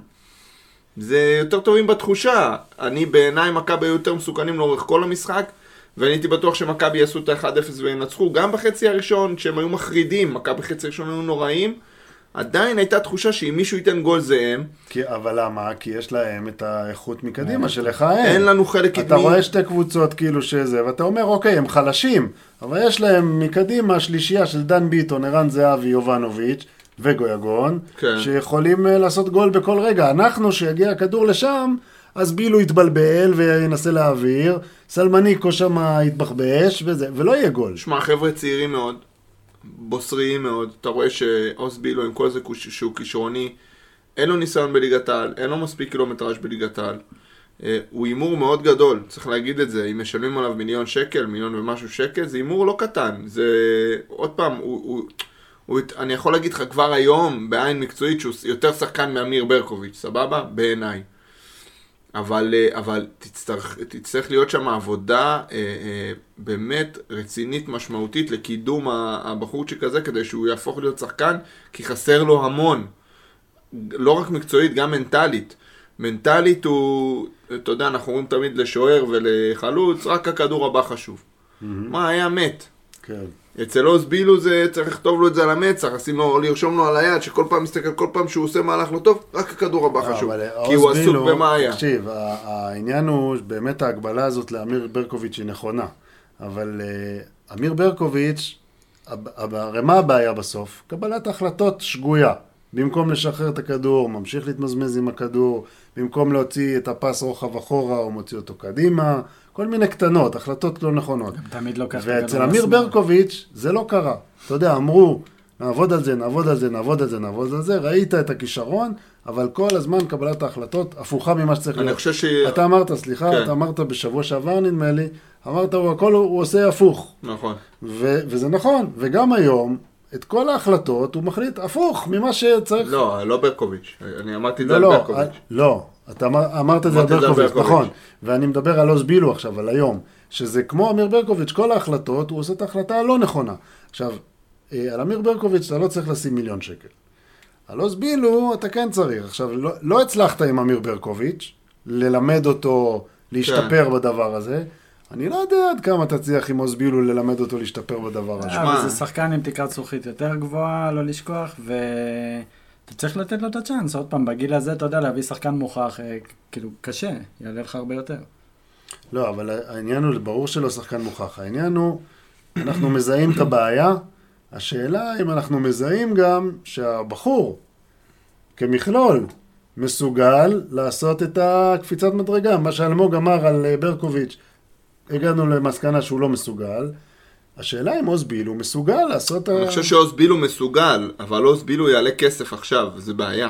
זה יותר טובים בתחושה. אני בעיניי מכבי היו יותר מסוכנים לאורך כל המשחק, ואני הייתי בטוח שמכבי יעשו את ה-אחד אפס וינצחו, גם בחצי הראשון, שהם היו מחרידים, מכבי בחצי הראשון היו נוראים, עדיין הייתה תחושה שאם מישהו ייתן גול זה הם. כי, אבל למה? כי יש להם את האיכות מקדימה שלך אין. אין לנו חלק אתה קדמי. רואה שתי קבוצות כאילו שזה, ואתה אומר, אוקיי, הם חלשים, אבל יש להם מקדימה שלישייה של דן ביטון, ערן זהבי, יובנוביץ' וגויגון, כן. שיכולים לעשות גול בכל רגע. אנחנו, שיגיע הכדור לשם, אז בילו יתבלבל וינסה להעביר, סלמניקו שם יתבחבש, וזה, ולא יהיה גול. שמע, חבר'ה צעירים מאוד, בוסריים מאוד, אתה רואה שאוס בילו עם כל זה שהוא כישרוני, אין לו ניסיון בליגת העל, אין לו מספיק קילומטראז' בליגת העל, הוא אימור מאוד גדול, צריך להגיד את זה, אם משלמים עליו מיליון שקל, מיליון ומשהו שקל, זה אימור לא קטן, זה, עוד פעם, הוא, הוא, הוא, אני יכול להגיד לך כבר היום, בעין מקצועית, שהוא יותר שחקן מאמיר ברקוביץ', סבבה? בעיניי. אבל, אבל תצטרך, תצטרך להיות שם עבודה אה, אה, באמת רצינית משמעותית לקידום הבחורצ'יק הזה כדי שהוא יהפוך להיות שחקן, כי חסר לו המון. לא רק מקצועית, גם מנטלית. מנטלית הוא, אתה יודע, אנחנו אומרים תמיד לשוער ולחלוץ, רק הכדור הבא חשוב. Mm-hmm. מה היה מת? כן. אצל אוס בילו זה צריך לכתוב לו את זה על המצח, עשים לו, לרשום לו על היד, שכל פעם מסתכל, כל פעם שהוא עושה מהלך לא טוב, רק הכדור הבא חשוב, כי הוא עסוק במה היה. תקשיב, העניין הוא באמת ההגבלה הזאת לאמיר ברקוביץ' היא נכונה, אבל אמיר ברקוביץ', הרי מה הבעיה בסוף? קבלת החלטות שגויה. במקום לשחרר את הכדור, ממשיך להתמזמז עם הכדור, במקום להוציא את הפס רוחב אחורה, הוא מוציא אותו קדימה, כל מיני קטנות, החלטות לא נכונות. תמיד לא ככה. ואצל אמיר ברקוביץ' זה לא קרה. אתה יודע, אמרו, נעבוד על זה, נעבוד על זה, נעבוד על זה, נעבוד על זה, ראית את הכישרון, אבל כל הזמן קבלת ההחלטות הפוכה ממה שצריך להיות. אני חושב ש... אתה אמרת, סליחה, כן. אתה אמרת בשבוע שעבר נדמה לי, אמרת, הוא הכל הוא עושה הפוך. נכון. ו- וזה נכון, וגם היום, את כל ההחלטות הוא מחליט הפוך ממה שצריך. לא, לא ברקוביץ'. אני אמרתי את לא, זה לא, על ברקוביץ'. לא, אתה אמר, אמרת את זה על ברקוביץ', נכון. ואני מדבר על אוס בילו עכשיו, על היום, שזה כמו אמיר ברקוביץ', כל ההחלטות, הוא עושה את ההחלטה הלא נכונה. עכשיו, על אמיר ברקוביץ' אתה לא צריך לשים מיליון שקל. על אוס בילו אתה כן צריך. עכשיו, לא, לא הצלחת עם אמיר ברקוביץ', ללמד אותו להשתפר כן. בדבר הזה. אני לא יודע עד כמה תצליח עם אוס בילו ללמד אותו להשתפר בדבר הזה. אבל זה שחקן עם תקרת זכוכית יותר גבוהה, לא לשכוח, ואתה צריך לתת לו את הצ'אנס. עוד פעם, בגיל הזה, אתה יודע, להביא שחקן מוכח, כאילו, קשה, יעלה לך הרבה יותר. לא, אבל העניין הוא, ברור שלא שחקן מוכח. העניין הוא, אנחנו מזהים את הבעיה, השאלה אם אנחנו מזהים גם שהבחור, כמכלול, מסוגל לעשות את הקפיצת מדרגה. מה שאלמוג אמר על ברקוביץ', הגענו למסקנה שהוא לא מסוגל. השאלה אם אוס בילו מסוגל לעשות... אני חושב שאוס בילו מסוגל, אבל אוס בילו יעלה כסף עכשיו, זה בעיה.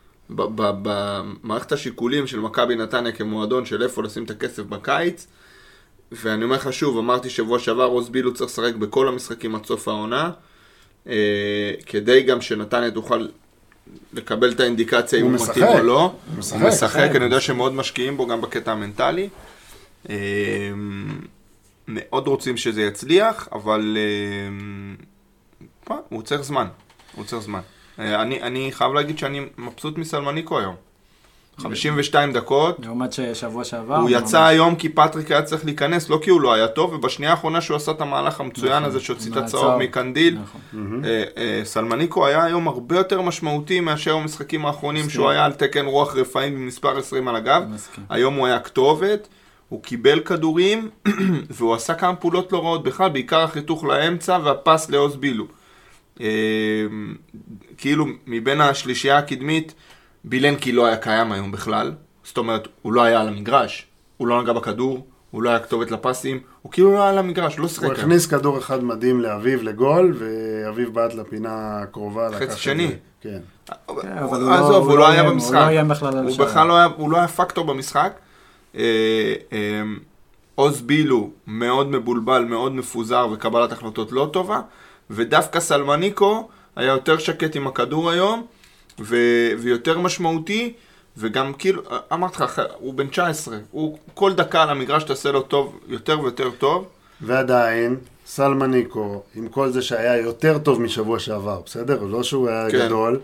במערכת השיקולים של מכבי נתניה כמועדון של איפה לשים את הכסף בקיץ, ואני אומר לך שוב, אמרתי שבוע שעבר, אוס בילו צריך לשחק בכל המשחקים עד סוף העונה, כדי גם שנתניה תוכל לקבל את האינדיקציה אם הוא מתאים או לא. הוא משחק. הוא משחק, אני יודע שמאוד משקיעים בו גם בקטע המנטלי. מאוד רוצים שזה יצליח, אבל הוא צריך זמן. הוא צריך זמן. אני, אני חייב להגיד שאני מבסוט מסלמניקו היום. חמישים ושתיים דקות. לעומת ששבוע שעבר. הוא יצא ממש... היום כי פטריק היה צריך להיכנס, לא כי הוא לא היה טוב, ובשנייה האחרונה שהוא עשה את המהלך המצוין נכון, הזה שהוציא את הצהוב מקנדיל. נכון. אה, אה, סלמניקו היה היום הרבה יותר משמעותי מאשר המשחקים האחרונים, שהוא היה על תקן רוח רפאים במספר עשרים על הגב. מסכים. היום הוא היה כתובת, הוא קיבל כדורים, והוא עשה כמה פעולות לא רעות בכלל, בעיקר החיתוך לאמצע והפס לאוז בילו. אה, כאילו מבין השלישייה הקדמית, בילנקי לא היה קיים היום בכלל, זאת אומרת, הוא לא היה על המגרש, הוא לא נגע בכדור, הוא לא היה כתובת לפסים, הוא כאילו לא היה על המגרש, הוא לא שחק. הוא הכניס כדור אחד מדהים לאביב לגול, ואביב בעט לפינה הקרובה. חצי שני. כן. עזוב, הוא לא היה במשחק. הוא בכלל לא היה, הוא לא היה פקטור במשחק. עוז בילו מאוד מבולבל, מאוד מפוזר, וקבלת החלטות לא טובה, ודווקא סלמניקו היה יותר שקט עם הכדור היום, ו- ויותר משמעותי, וגם כאילו, אמרת לך, הוא בן תשע עשרה, הוא כל דקה על המגרש תעשה לו טוב, יותר ויותר טוב. ועדיין, סלמניקו, עם כל זה שהיה יותר טוב משבוע שעבר, בסדר? לא שהוא היה כן. גדול,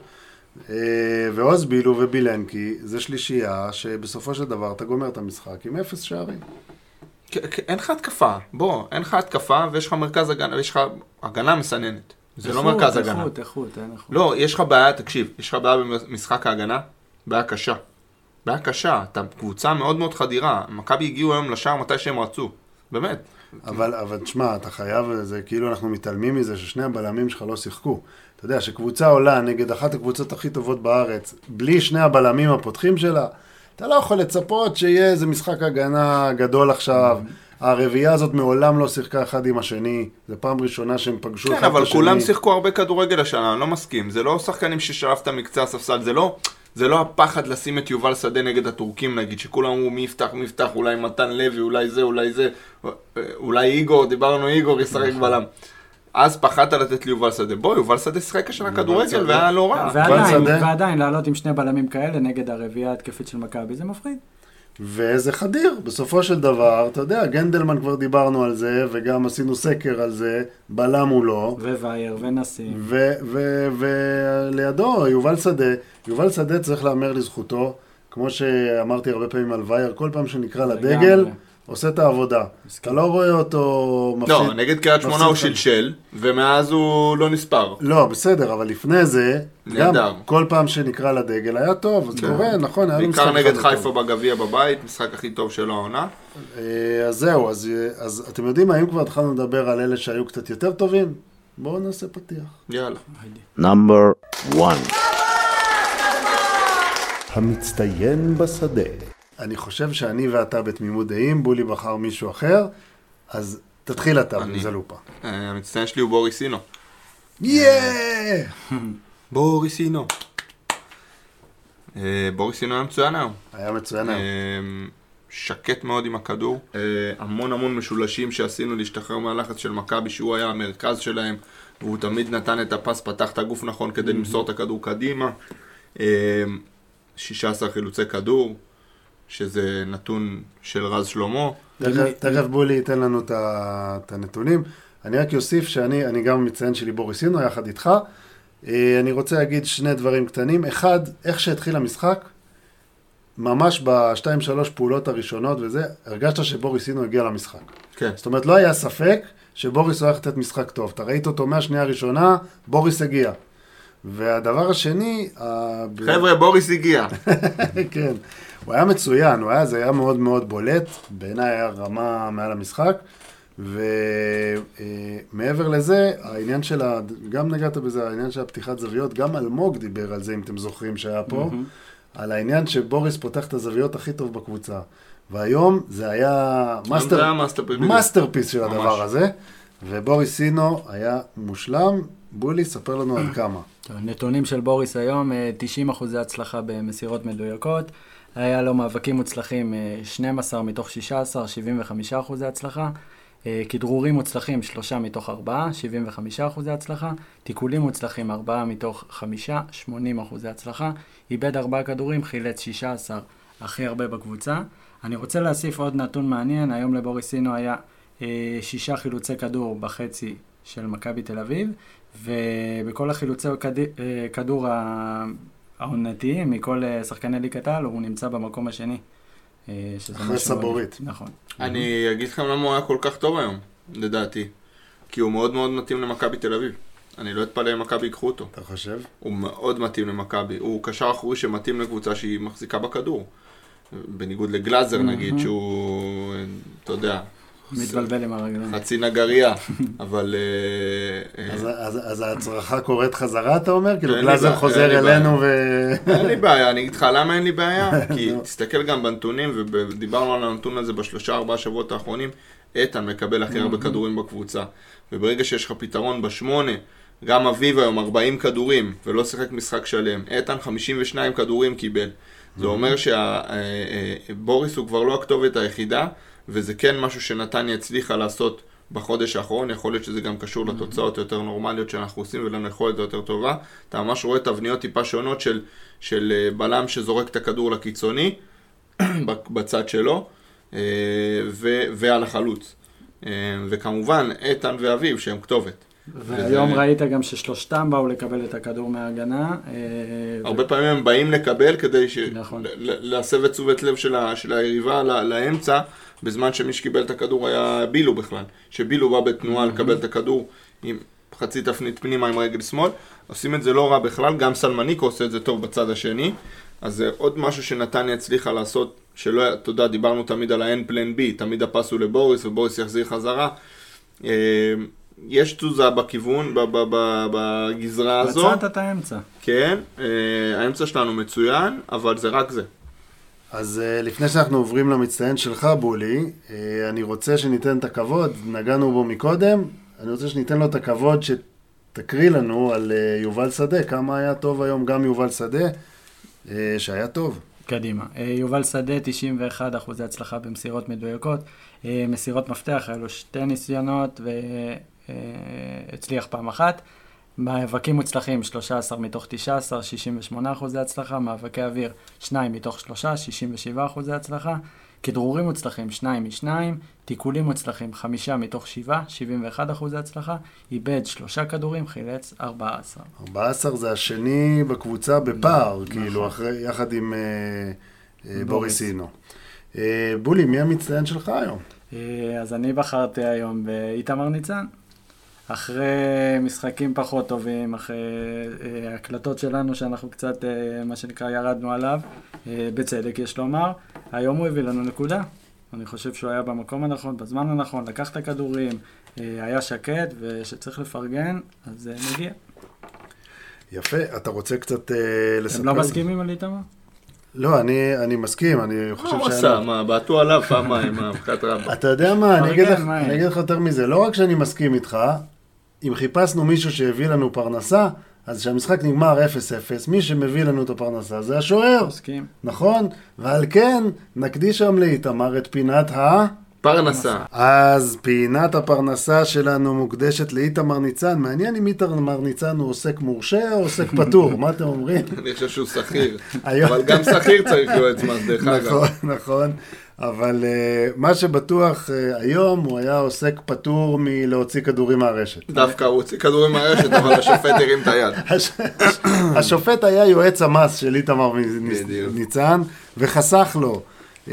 ועוז בילו ובילנקי, זה שלישייה שבסופו של דבר אתה גומר את המשחק עם אפס שערים. אין לך התקפה, בוא, אין לך התקפה, ויש לך מרכז הגנה, ויש לך הגנה מסננת. זה לא מרכז הגנה. איכות, איכות, אין איכות. לא, יש לך בעיה, תקשיב, יש לך בעיה במשחק ההגנה, בעיה קשה. בעיה קשה, אתה קבוצה מאוד מאוד חדירה. מכבי הגיעו היום לשער מתי שהם רצו. באמת. אבל, אבל תשמע, אתה חייב, זה כאילו אנחנו מתעלמים מזה ששני הבלמים שלך לא שיחקו. אתה יודע, שקבוצה עולה נגד אחת הקבוצות הכי טובות בארץ, בלי שני הבלמים הפותחים שלה, אתה לא יכול לצפות שיהיה איזה משחק הגנה גדול עכשיו. הרביעייה הזאת מעולם לא שיחקה אחד עם השני, זה פעם ראשונה שהם פגשו אחד את השני. כן, אבל כולם שיחקו הרבה כדורגל השנה, אני לא מסכים. זה לא שחקנים ששלפת מקצה הספסל, זה לא, זה לא הפחד לשים את יובל שדה נגד הטורקים, נגיד, שכולם אמרו מי יפתח, מי יפתח, אולי מתן לוי, אולי זה, אולי זה, אולי איגור, דיברנו איגור, ישחק בלם. אז פחדת לתת לי יובל שדה. בוא, יובל שדה שיחק השנה כדורגל, והיה לא רע. ועדיין, ועדיין, לעלות עם שני בלמים כאלה נגד הרביעייה התקפית של מכבי, זה מפחיד. וזה חדיר, בסופו של דבר, אתה יודע, גנדלמן כבר דיברנו על זה, וגם עשינו סקר על זה, בלם הוא לא. ווייר, ונסים. ולידו, יובל שדה, יובל שדה צריך לאמר לזכותו, כמו שאמרתי הרבה פעמים על וייר, כל פעם שנקרא לדגל, עושה את העבודה. אתה לא רואה אותו מפסיד. לא, נגד קריית שמונה הוא שלשל, ומאז הוא לא נספר. לא, בסדר, אבל לפני זה, גם כל פעם שנקרא לדגל היה טוב, אז קורה, נכון, היה לו משחק. בעיקר נגד חיפה בגביע בבית, משחק הכי טוב שלו העונה. אז זהו, אז אתם יודעים מה, אם כבר התחלנו לדבר על אלה שהיו קצת יותר טובים, בואו נעשה פתיח. יאללה. נאמבר אחת. המצטיין בשדה. אני חושב שאני ואתה בתמימות דעים, בולי בחר מישהו אחר, אז תתחיל אתה, זה לופה. המצטיין שלי הוא בוריסינו. יאה! בוריסינו. בוריסינו היה מצוין היום. היה מצוין היום. שקט מאוד עם הכדור. המון המון משולשים שעשינו להשתחרר מהלחץ של מכבי, שהוא היה המרכז שלהם, והוא תמיד נתן את הפס, פתח את הגוף נכון כדי למסור את הכדור קדימה. שישה עשר חילוצי כדור. שזה נתון של רז שלמה. תכף בולי ייתן לנו את הנתונים. אני רק יוסיף שאני אני גם מציין שלי בוריסינו, יחד איתך. אני רוצה להגיד שני דברים קטנים. אחד, איך שהתחיל המשחק, ממש בשתיים שלוש פעולות הראשונות וזה, הרגשת שבוריסינו הגיע למשחק. כן. זאת אומרת, לא היה ספק שבוריס הולך לתת משחק טוב. אתה ראית אותו מהשנייה הראשונה, בוריס הגיע. והדבר השני... חבר'ה, בוריס הגיע. כן. הוא היה מצוין, הוא היה, זה היה מאוד מאוד בולט, בעיניי היה רמה מעל המשחק, ומעבר לזה, העניין של, ה... גם נגעת בזה, העניין של הפתיחת זוויות, גם אלמוג דיבר על זה, אם אתם זוכרים שהיה פה, mm-hmm. על העניין שבוריס פותח את הזוויות הכי טוב בקבוצה, והיום זה היה מאסטר... מאסטרפיס של ממש. הדבר הזה, ובוריס סינו היה מושלם, בולי, ספר לנו עד כמה. נתונים של בוריס היום, תשעים אחוז הצלחה במסירות מדויקות, היה לו מאבקים מוצלחים שנים עשר מתוך שישה עשר, שבעים וחמישה אחוז הצלחה. כדרורים מוצלחים, שלושה מתוך ארבעה, שבעים וחמישה אחוזי הצלחה. תיקולים מוצלחים, ארבעה מתוך חמישה, שמונים אחוזי הצלחה. איבד ארבעה כדורים, חילץ שישה עשר, הכי הרבה בקבוצה. אני רוצה להוסיף עוד נתון מעניין, היום לבוריסינו היה אה, שישה חילוצי כדור בחצי של מכבי תל אביב, ובכל החילוצי כד... אה, כדור העונתיים, מכל אה, שחקני ליגת העל, הוא נמצא במקום השני. אחרי סבורית. נכון. אני אגיד לכם למה הוא היה כל כך טוב היום, לדעתי. כי הוא מאוד מאוד מתאים למכבי תל אביב. אני לא אתפלא אם מכבי ייקחו אותו. אתה חושב? הוא מאוד מתאים למכבי. הוא קשר אחורי שמתאים לקבוצה שהיא מחזיקה בכדור. בניגוד לגלאזר נגיד, שהוא, אתה יודע, מתבלבל עם הרגליים. חצי נגריה, אבל... אז ההצרחה קורית חזרה, אתה אומר? כאילו גלאזר חוזר אלינו ו... אין לי בעיה, אני אגיד לך למה אין לי בעיה? כי תסתכל גם בנתונים, ודיברנו על הנתון הזה בשלושה ארבעה שבועות האחרונים, איתן מקבל הכי הרבה כדורים בקבוצה. וברגע שיש לך פתרון בשמונה, גם אביב היום ארבעים כדורים, ולא שיחק משחק שלם, איתן חמישים ושניים כדורים קיבל. זה אומר שבוריס הוא כבר לא הכתובת היחידה, וזה כן משהו שנתניה הצליחה לעשות בחודש האחרון, יכול להיות שזה גם קשור לתוצאות יותר נורמליות שאנחנו עושים ולנו יכולת יותר טובה. אתה ממש רואה תבניות טיפה שונות של, של בלם שזורק את הכדור לקיצוני, בצד שלו, ו, ועל החלוץ. וכמובן, איתן ואביב שהם כתובת. והיום וזה... ראית גם ששלושתם באו לקבל את הכדור מההגנה. הרבה ו... פעמים הם באים לקבל כדי ש... נכון. להסב את תשומת לב של, ה... של היריבה לא... לאמצע, בזמן שמי שקיבל את הכדור היה בילו בכלל. שבילו בא בתנועה mm-hmm. לקבל את הכדור עם חצי תפנית פנימה עם רגל שמאל. עושים את זה לא רע בכלל, גם סלמניקו עושה את זה טוב בצד השני. אז זה עוד משהו שנתניה הצליחה לעשות, שלא, אתה יודע, דיברנו תמיד על ה-N plan B, תמיד הפס הוא לבוריס ובוריס יחזיר חזרה. יש תזוזה בכיוון, בגזרה הזו. מצאת את האמצע. כן, האמצע שלנו מצוין, אבל זה רק זה. אז לפני שאנחנו עוברים למצטיין שלך, בולי, אני רוצה שניתן את הכבוד, נגענו בו מקודם, אני רוצה שניתן לו את הכבוד שתקריא לנו על יובל שדה, כמה היה טוב היום גם יובל שדה, שהיה טוב. קדימה. יובל שדה, תשעים ואחד אחוזי הצלחה במסירות מדויקות, מסירות מפתח, היה לו שתי ניסיונות והצליח פעם אחת. מאבקים מוצלחים, שלושה עשר מתוך תשע עשרה, שישים ושמונה אחוזי הצלחה. מאבקי אוויר, שניים מתוך שלושה, שישים ושבעה אחוזי הצלחה. כדרורים מוצלחים, שניים משניים. תיקולים מוצלחים, חמישה מתוך שבעה, שבעים ואחד אחוזי הצלחה. איבד שלושה כדורים, חילץ ארבעה עשר. ארבעה עשר זה השני בקבוצה בפער, כאילו, אחרי, יחד עם אה, בוריסינו. אה, בולי, מי המצטיין שלך היום? אה, אז אני בחרתי היום באיתמר ניצן. אחרי משחקים פחות טובים, אחרי אה, הקלטות שלנו שאנחנו קצת, אה, מה שנקרא, ירדנו עליו, אה, בצדק יש לומר, היום הוא הביא לנו נקודה. אני חושב שהוא היה במקום הנכון, בזמן הנכון, לקח את הכדורים, אה, היה שקט, ושצריך לפרגן, אז אה, נגיע. יפה, אתה רוצה קצת אה, לספר? הם לא מסכימים על איתמר? לא, אני, אני מסכים, אני חושב מה הוא עשה? מה, בעטו עליו פעמיים, מה, מבחת רבה. אתה יודע מה, אני אגיד לך, אני אגיד לך יותר מזה, לא רק שאני מסכים איתך, אם חיפשנו מישהו שהביא לנו פרנסה, אז כשהמשחק נגמר אפס אפס, מי שמביא לנו את הפרנסה זה השוער. מסכים. נכון? ועל כן, נקדיש היום לאיתמר את פינת ה... פרנסה. אז פינת הפרנסה שלנו מוקדשת לאיתמר ניצן. מעניין אם איתמר ניצן הוא עוסק מורשה או עוסק פטור, מה אתם אומרים? אני חושב שהוא שכיר, אבל גם שכיר צריך יועץ מס, דרך אגב. נכון, נכון. אבל uh, מה שבטוח uh, היום הוא היה עוסק פטור מלהוציא כדורים מהרשת. דווקא הוא הוציא כדורים מהרשת, אבל השופט הרים את היד. השופט היה יועץ המס של איתמר ניצן, וחסך לו. Uh,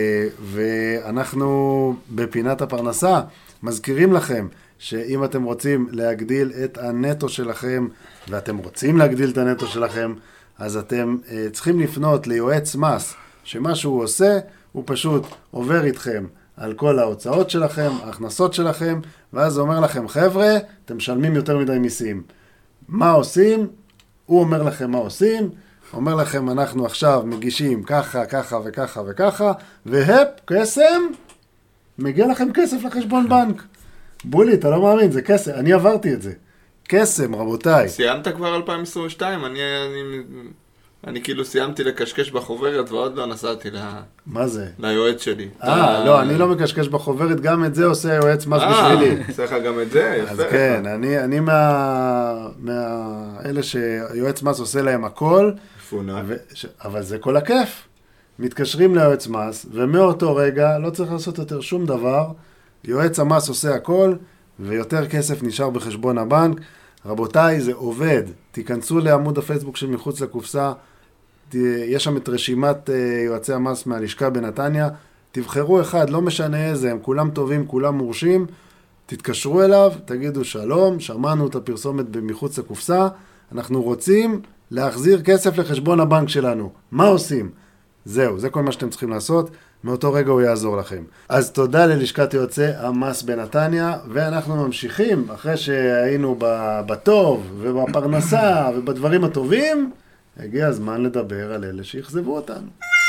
ואנחנו בפינת הפרנסה מזכירים לכם שאם אתם רוצים להגדיל את הנטו שלכם, ואתם רוצים להגדיל את הנטו שלכם, אז אתם uh, צריכים לפנות ליועץ מס, שמה שהוא עושה, הוא פשוט עובר איתכם על כל ההוצאות שלכם, ההכנסות שלכם, ואז הוא אומר לכם, חבר'ה, אתם משלמים יותר מדי מיסים. מה עושים? הוא אומר לכם מה עושים, אומר לכם, אנחנו עכשיו מגישים ככה, ככה וככה וככה, והפ, קסם, מגיע לכם כסף לחשבון בנק. בולי, אתה לא מאמין, זה כסף, אני עברתי את זה. קסם, רבותיי. סיימת כבר אלפיים עשרים ושתיים, אני... אני... אני כאילו סיימתי לקשקש בחוברת ועוד לא נסעתי מה זה? ליועץ שלי. אה, לא, אני לא מקשקש בחוברת, גם את זה עושה יועץ מס בשבילי. אה, עושה לך גם את זה? יפה. אז כן, אני מהאלה שיועץ מס עושה להם הכל, אבל זה כל הכיף. מתקשרים ליועץ מס, ומאותו רגע לא צריך לעשות יותר שום דבר, יועץ המס עושה הכל, ויותר כסף נשאר בחשבון הבנק. רבותיי, זה עובד. תיכנסו לעמוד הפייסבוק של מחוץ לקופסה, יש שם את רשימת יועצי המס מהלשכה בנתניה, תבחרו אחד, לא משנה איזה, הם כולם טובים, כולם מורשים, תתקשרו אליו, תגידו שלום, שמענו את הפרסומת במחוץ לקופסה, אנחנו רוצים להחזיר כסף לחשבון הבנק שלנו. מה עושים? זהו, זה כל מה שאתם צריכים לעשות, מאותו רגע הוא יעזור לכם. אז תודה ללשכת יועצי המס בנתניה, ואנחנו ממשיכים, אחרי שהיינו בטוב ובפרנסה ובדברים הטובים, הגיע הזמן לדבר על אלה שיחזבו אותנו.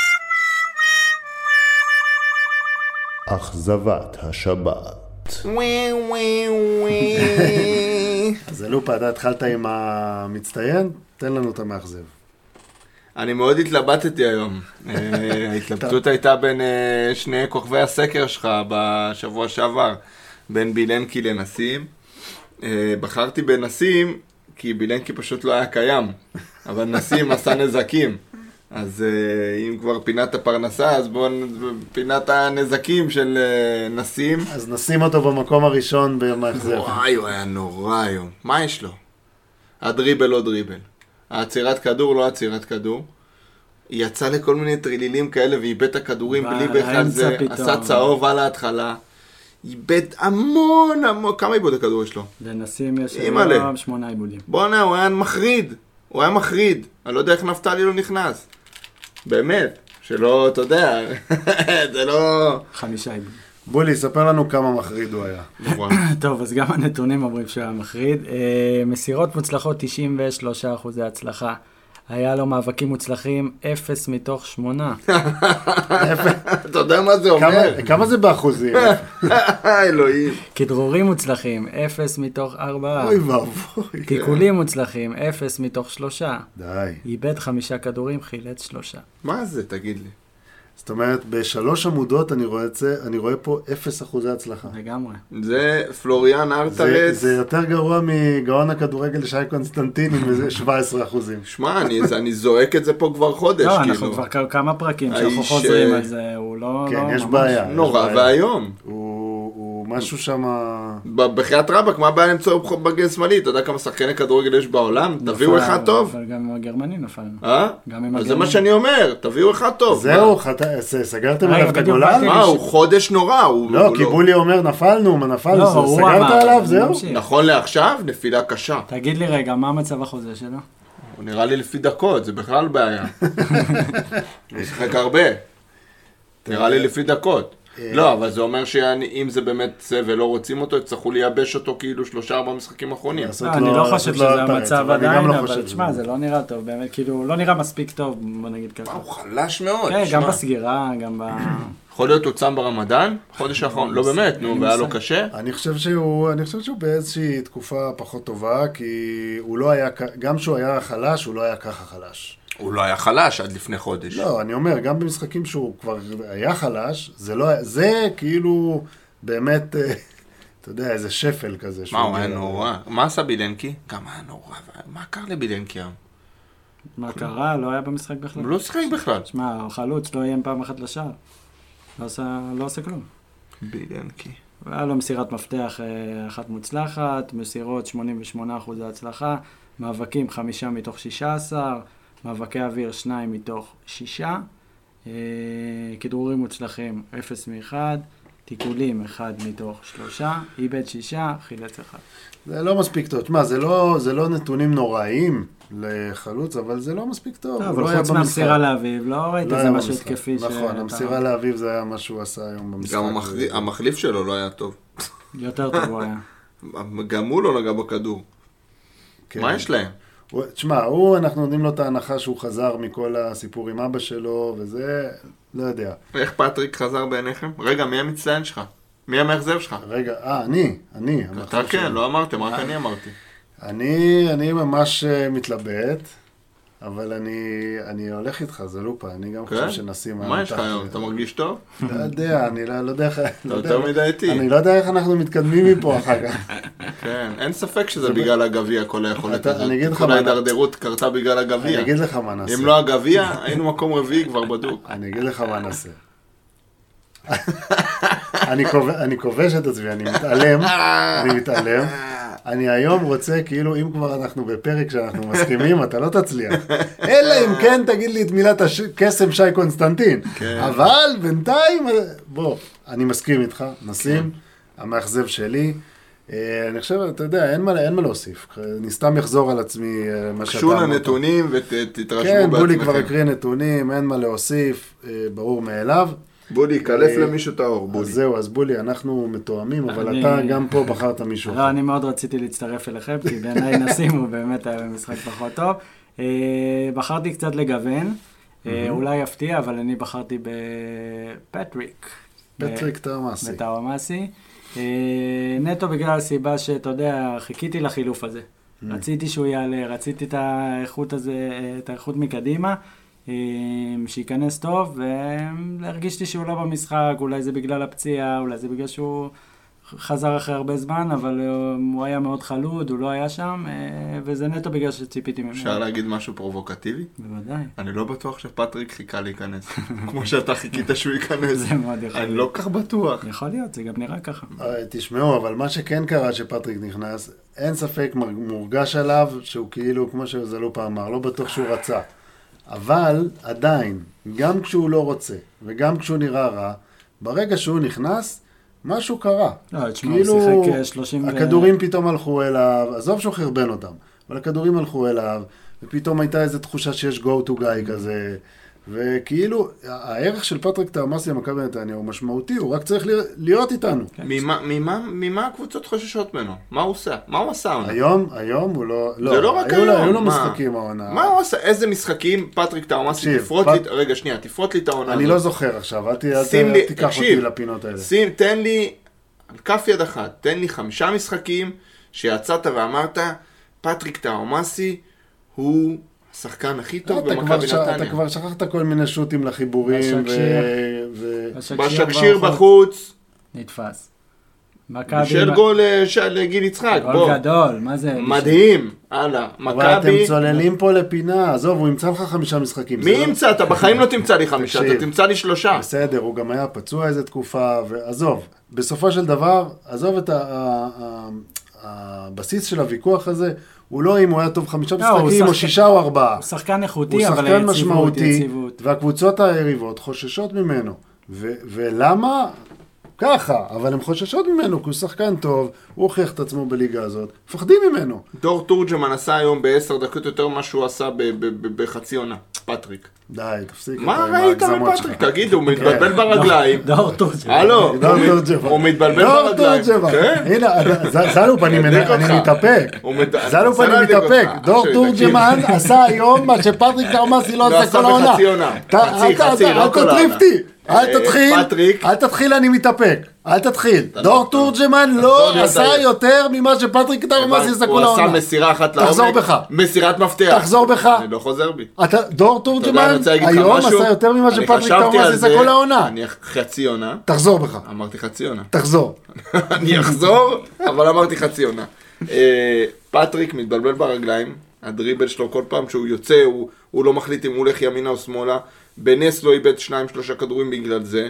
אכזבת השבת. ווי ווי ווי. אז אלופה, אתה התחלת עם המצטיין? תן לנו את המאכזב. אני מאוד התלבטתי היום. ההתלבטות הייתה בין שני כוכבי הסקר שלך בשבוע שעבר, בין בילנקי לנסים. בחרתי בנסים כי בילנקי פשוט לא היה קיים, אבל נסים עשה נזקים. אז אם כבר פינת הפרנסה, אז בואו פינת הנזקים של נסים. אז נשים אותו במקום הראשון במאכזב. וואי, הוא היה נורא היום. מה יש לו? הדריבל לא דריבל. העצירת כדור לא עצירת כדור. היא יצאה לכל מיני טרילילים כאלה ואיבד את הכדורים בלי בכלל זה. עשה צהוב על ההתחלה. איבד המון המון. כמה איבוד הכדור יש לו? לנסים יש היום שמונה איבודים. בוא'נה, הוא היה מחריד. הוא היה מחריד. אני לא יודע איך נפתלי לא נכנס. באמת. שלא, אתה יודע. זה לא... חמישה איבודים. בולי, ספר לנו כמה מחריד הוא היה. טוב, אז גם הנתונים אומרים שהוא היה מחריד. מסירות מוצלחות תשעים ושלושה אחוזי הצלחה. היה לו מאבקים מוצלחים אפס מתוך שמונה. אתה יודע מה זה אומר? כמה זה באחוזים? אלוהים. כדרורים מוצלחים, אפס מתוך ארבעה. אוי ואבוי. תיקולים מוצלחים, אפס מתוך שלושה. די. איבד חמישה כדורים, חילץ שלושה. מה זה, תגיד לי? זאת אומרת, בשלוש עמודות אני רואה, זה, אני רואה פה אפס אחוזי הצלחה. לגמרי. זה פלוריאן ארטלס. זה, זה יותר גרוע מגאון הכדורגל שי קונסטנטין עם איזה שבעה עשרה אחוזים. שמע, אני, אני זועק את זה פה כבר חודש. לא, כאילו. אנחנו כבר כמה פרקים שאנחנו חוזרים על זה, הוא לא... כן, לא יש ממש... בעיה. נורא והיום. הוא, הוא משהו שם... בחיית רבק, מה הבעיה למצוא בגן שמאלי? אתה יודע כמה שחקני כדורגל יש בעולם? תביאו אחד טוב. אבל גם עם הגרמנים נפלנו. אה? אז זה מה שאני אומר, תביאו אחד טוב. זהו, סגרתם עליו את הגולן? מה, הוא חודש נורא. לא, כי בולי אומר נפלנו, מה נפלנו, סגרת עליו, זהו? נכון לעכשיו, נפילה קשה. תגיד לי רגע, מה המצב החוזה שלו? הוא נראה לי לפי דקות, זה בכלל בעיה. הוא שחק הרבה. נראה לי לפי דקות. לא, אבל זה אומר שאם זה באמת זה ולא רוצים אותו, יצטרכו לייבש אותו כאילו שלושה ארבעה משחקים אחרונים. אני לא חושב שזה המצב עדיין, אבל תשמע, זה לא נראה טוב, באמת, כאילו, לא נראה מספיק טוב, בוא נגיד ככה. הוא חלש מאוד. כן, גם בסגירה, גם ב... יכול להיות הוא צם ברמדאן, חודש האחרון, לא באמת, נו, והיה לו קשה. אני חושב שהוא, אני חושב שהוא באיזושהי תקופה פחות טובה, כי הוא לא היה, גם שהוא היה חלש, הוא לא היה ככה חלש. הוא לא היה חלש עד לפני חודש. לא, אני אומר, גם במשחקים שהוא כבר היה חלש, זה לא, זה כאילו באמת, אתה יודע, איזה שפל כזה. מה, הוא היה נורא. מה עשה בילנקי? גם היה נורא. מה קרה לבילנקי היום? מה קרה? לא היה במשחק בכלל. הוא לא שחק בכלל. שמע, חלוץ לא איים פעם אחת לשער. לא עושה כלום. בילנקי. היה לו מסירת מפתח אחת מוצלחת, מסירות שמונים ושמונה אחוז הצלחה, מאבקים חמישה מתוך שישה עשר, מאבקי אוויר שניים מתוך שישה, כדרורים מוצלחים אפס מאחד, תיקולים אחד מתוך שלושה, איבד שישה, חילץ אחד. זה לא מספיק טוב. תשמע, זה לא, זה לא נתונים נוראיים לחלוץ, אבל זה לא מספיק טוב. אבל לא חוץ מהמסירה לאביב, לא ראית איזה משהו התקפי. נכון, המסירה לאביב זה היה מה שהוא עשה היום במשחק. גם המחליף שלו לא היה טוב. יותר טוב הוא היה. גם הוא לא נגע בכדור. מה יש להם? תשמע, הוא, אנחנו נותנים לו את ההנחה שהוא חזר מכל הסיפור עם אבא שלו, וזה, לא יודע. איך פטריק חזר בעיניכם? רגע, מי המצטיין שלך? מי המאכזב שלך? רגע, אה, אני, אני. אתה כן, לא אמרתם, רק אני אמרתי. אני, אני ממש מתלבט. אבל אני, אני הולך איתך, זה לופה, אני גם חושב שנשים... מה יש לך היום? אתה מרגיש טוב? לא יודע, אני לא יודע איך... אתה יותר מדי איתי. אני לא יודע איך אנחנו מתקדמים מפה אחר כך. כן, אין ספק שזה בגלל הגביע, כל היכולת הזאת. אני אגיד לך כל מה... ההידרדרות קרתה בגלל הגביע. אני אגיד לך מה נעשה. אם לא הגביע, היינו מקום רביעי כבר בדוק. אני אגיד לך מה נעשה. אני כובש את עצמי, אני מתעלם, אני מתעלם. אני היום רוצה, כאילו, אם כבר אנחנו בפרק שאנחנו מסכימים, אתה לא תצליח. אלא אם כן תגיד לי את מילת קסם שי קונסטנטין. אבל בינתיים, בוא, אני מסכים איתך, נשים, המאכזב שלי. אני חושב, אתה יודע, אין מה להוסיף. אני סתם אחזור על עצמי מה שאתה אמרת. קשו לנתונים ותתרשמו בעצמכם. כן, בולי כבר הקריא נתונים, אין מה להוסיף, ברור מאליו. בולי, קלף למישהו את האור, בולי. אז זהו, אז בולי, אנחנו מתואמים, אבל אתה גם פה בחרת מישהו. לא, אני מאוד רציתי להצטרף אליכם, כי בעיניי נשים הוא באמת היה במשחק פחות טוב. בחרתי קצת לגוון, אולי יפתיע, אבל אני בחרתי בפטריק. פטריק טאומאסי. בטאומאסי. נטו בגלל הסיבה שאתה יודע, חיכיתי לחילוף הזה. רציתי שהוא יעלה, רציתי את האיכות הזה, את האיכות מקדימה. שייכנס טוב, והרגישתי שהוא לא במשחק, אולי זה בגלל הפציעה, אולי זה בגלל שהוא חזר אחרי הרבה זמן, אבל הוא היה מאוד חלוד, הוא לא היה שם, וזה נטו בגלל שציפיתי ממנו. אפשר להגיד משהו פרובוקטיבי? בוודאי. אני לא בטוח שפטריק חיכה להיכנס, כמו שאתה חיכית שהוא ייכנס. זה מאוד יכול להיות. אני לא כך בטוח. יכול להיות, זה גם נראה ככה. תשמעו, אבל מה שכן קרה שפטריק נכנס, אין ספק מורגש עליו, שהוא כאילו, כמו שזה לא פעם אמר, לא בטוח שהוא רצה. אבל עדיין, גם כשהוא לא רוצה, וגם כשהוא נראה רע, ברגע שהוא נכנס, משהו קרה. לא, תשמע, הוא שיחק שלושים... הכדורים פתאום הלכו אליו, עזוב שהוא חרבן אותם, אבל הכדורים הלכו אליו, ופתאום הייתה איזו תחושה שיש go to guy כזה, וכאילו, הערך של פטריק טאומאסי למכבי נתניה הוא משמעותי, הוא רק צריך להיות איתנו. ממה הקבוצות חוששות ממנו? מה הוא עושה? מה הוא עשה? היום, היום הוא לא... זה לא רק היום. היו לו משחקים העונה. מה הוא עושה? איזה משחקים פטריק טאומאסי? תפרוט לי... רגע, שנייה, תפרוט לי את העונה הזאת. אני לא זוכר עכשיו, אל תיקח אותי לפינות האלה. שים, תן לי, על כף יד אחת, תן לי חמישה משחקים שיצאת ואמרת, פטריק טאומאסי הוא... השחקן הכי טוב במכבי נתניה. אתה כבר שכחת כל מיני שוטים לחיבורים. בשקשיר בחוץ. נתפס. של גול לגיל יצחק. גול גדול, מה זה? מדהים. הלאה. מכבי. אתם צוללים פה לפינה. עזוב, הוא ימצא לך חמישה משחקים. מי ימצא? אתה בחיים לא תמצא לי חמישה, אתה תמצא לי שלושה. בסדר, הוא גם היה פצוע איזה תקופה. ועזוב, בסופו של דבר, עזוב את הבסיס של הוויכוח הזה. הוא לא אם הוא היה טוב חמישה משחקים, או שישה או ארבעה. הוא שחקן איכותי, אבל הוא שחקן משמעותי, והקבוצות היריבות חוששות ממנו. ולמה? ככה, אבל הן חוששות ממנו, כי הוא שחקן טוב, הוא הוכיח את עצמו בליגה הזאת, מפחדים ממנו. דור תורג'מן עשה היום בעשר דקות יותר מה שהוא עשה בחצי עונה, פטריק. די, תפסיק. מה ראית מפטריק? תגיד, הוא מתבלבל ברגליים. דור תורג'מן. הלו, הוא מתבלבל ברגליים. דור תורג'מן. הנה, זלופ, אני מתאפק. זלופ, אני מתאפק. דור תורג'מן עשה היום מה שפטריק טאומאסי לא עשה כל העונה. חצי, חצי, לא כל העונה. אל תתחיל, אל תתחיל, אני מתאפק. אל תתחיל. דור תורג'מן לא עשה יותר ממה שפטריק טאומאסי עשה כל העונה. הוא עשה מסירה אחת לעומק. תחזור בך. מסירת מפתח. תחזור בך. אני לא חוזר בי. דור תורג'מן היום עשה יותר ממה שפטריק טאומאסי עשה כל העונה. אני חצי עונה. תחזור בך. אמרתי חצי עונה. תחזור. אני אחזור, אבל אמרתי חצי עונה. פטריק מתבלבל ברגליים. הדריבל שלו כל פעם שהוא יוצא, הוא לא מחליט אם הוא הולך ימינה או שמאלה. בנס לא איבד שניים שלושה כדורים בגלל זה.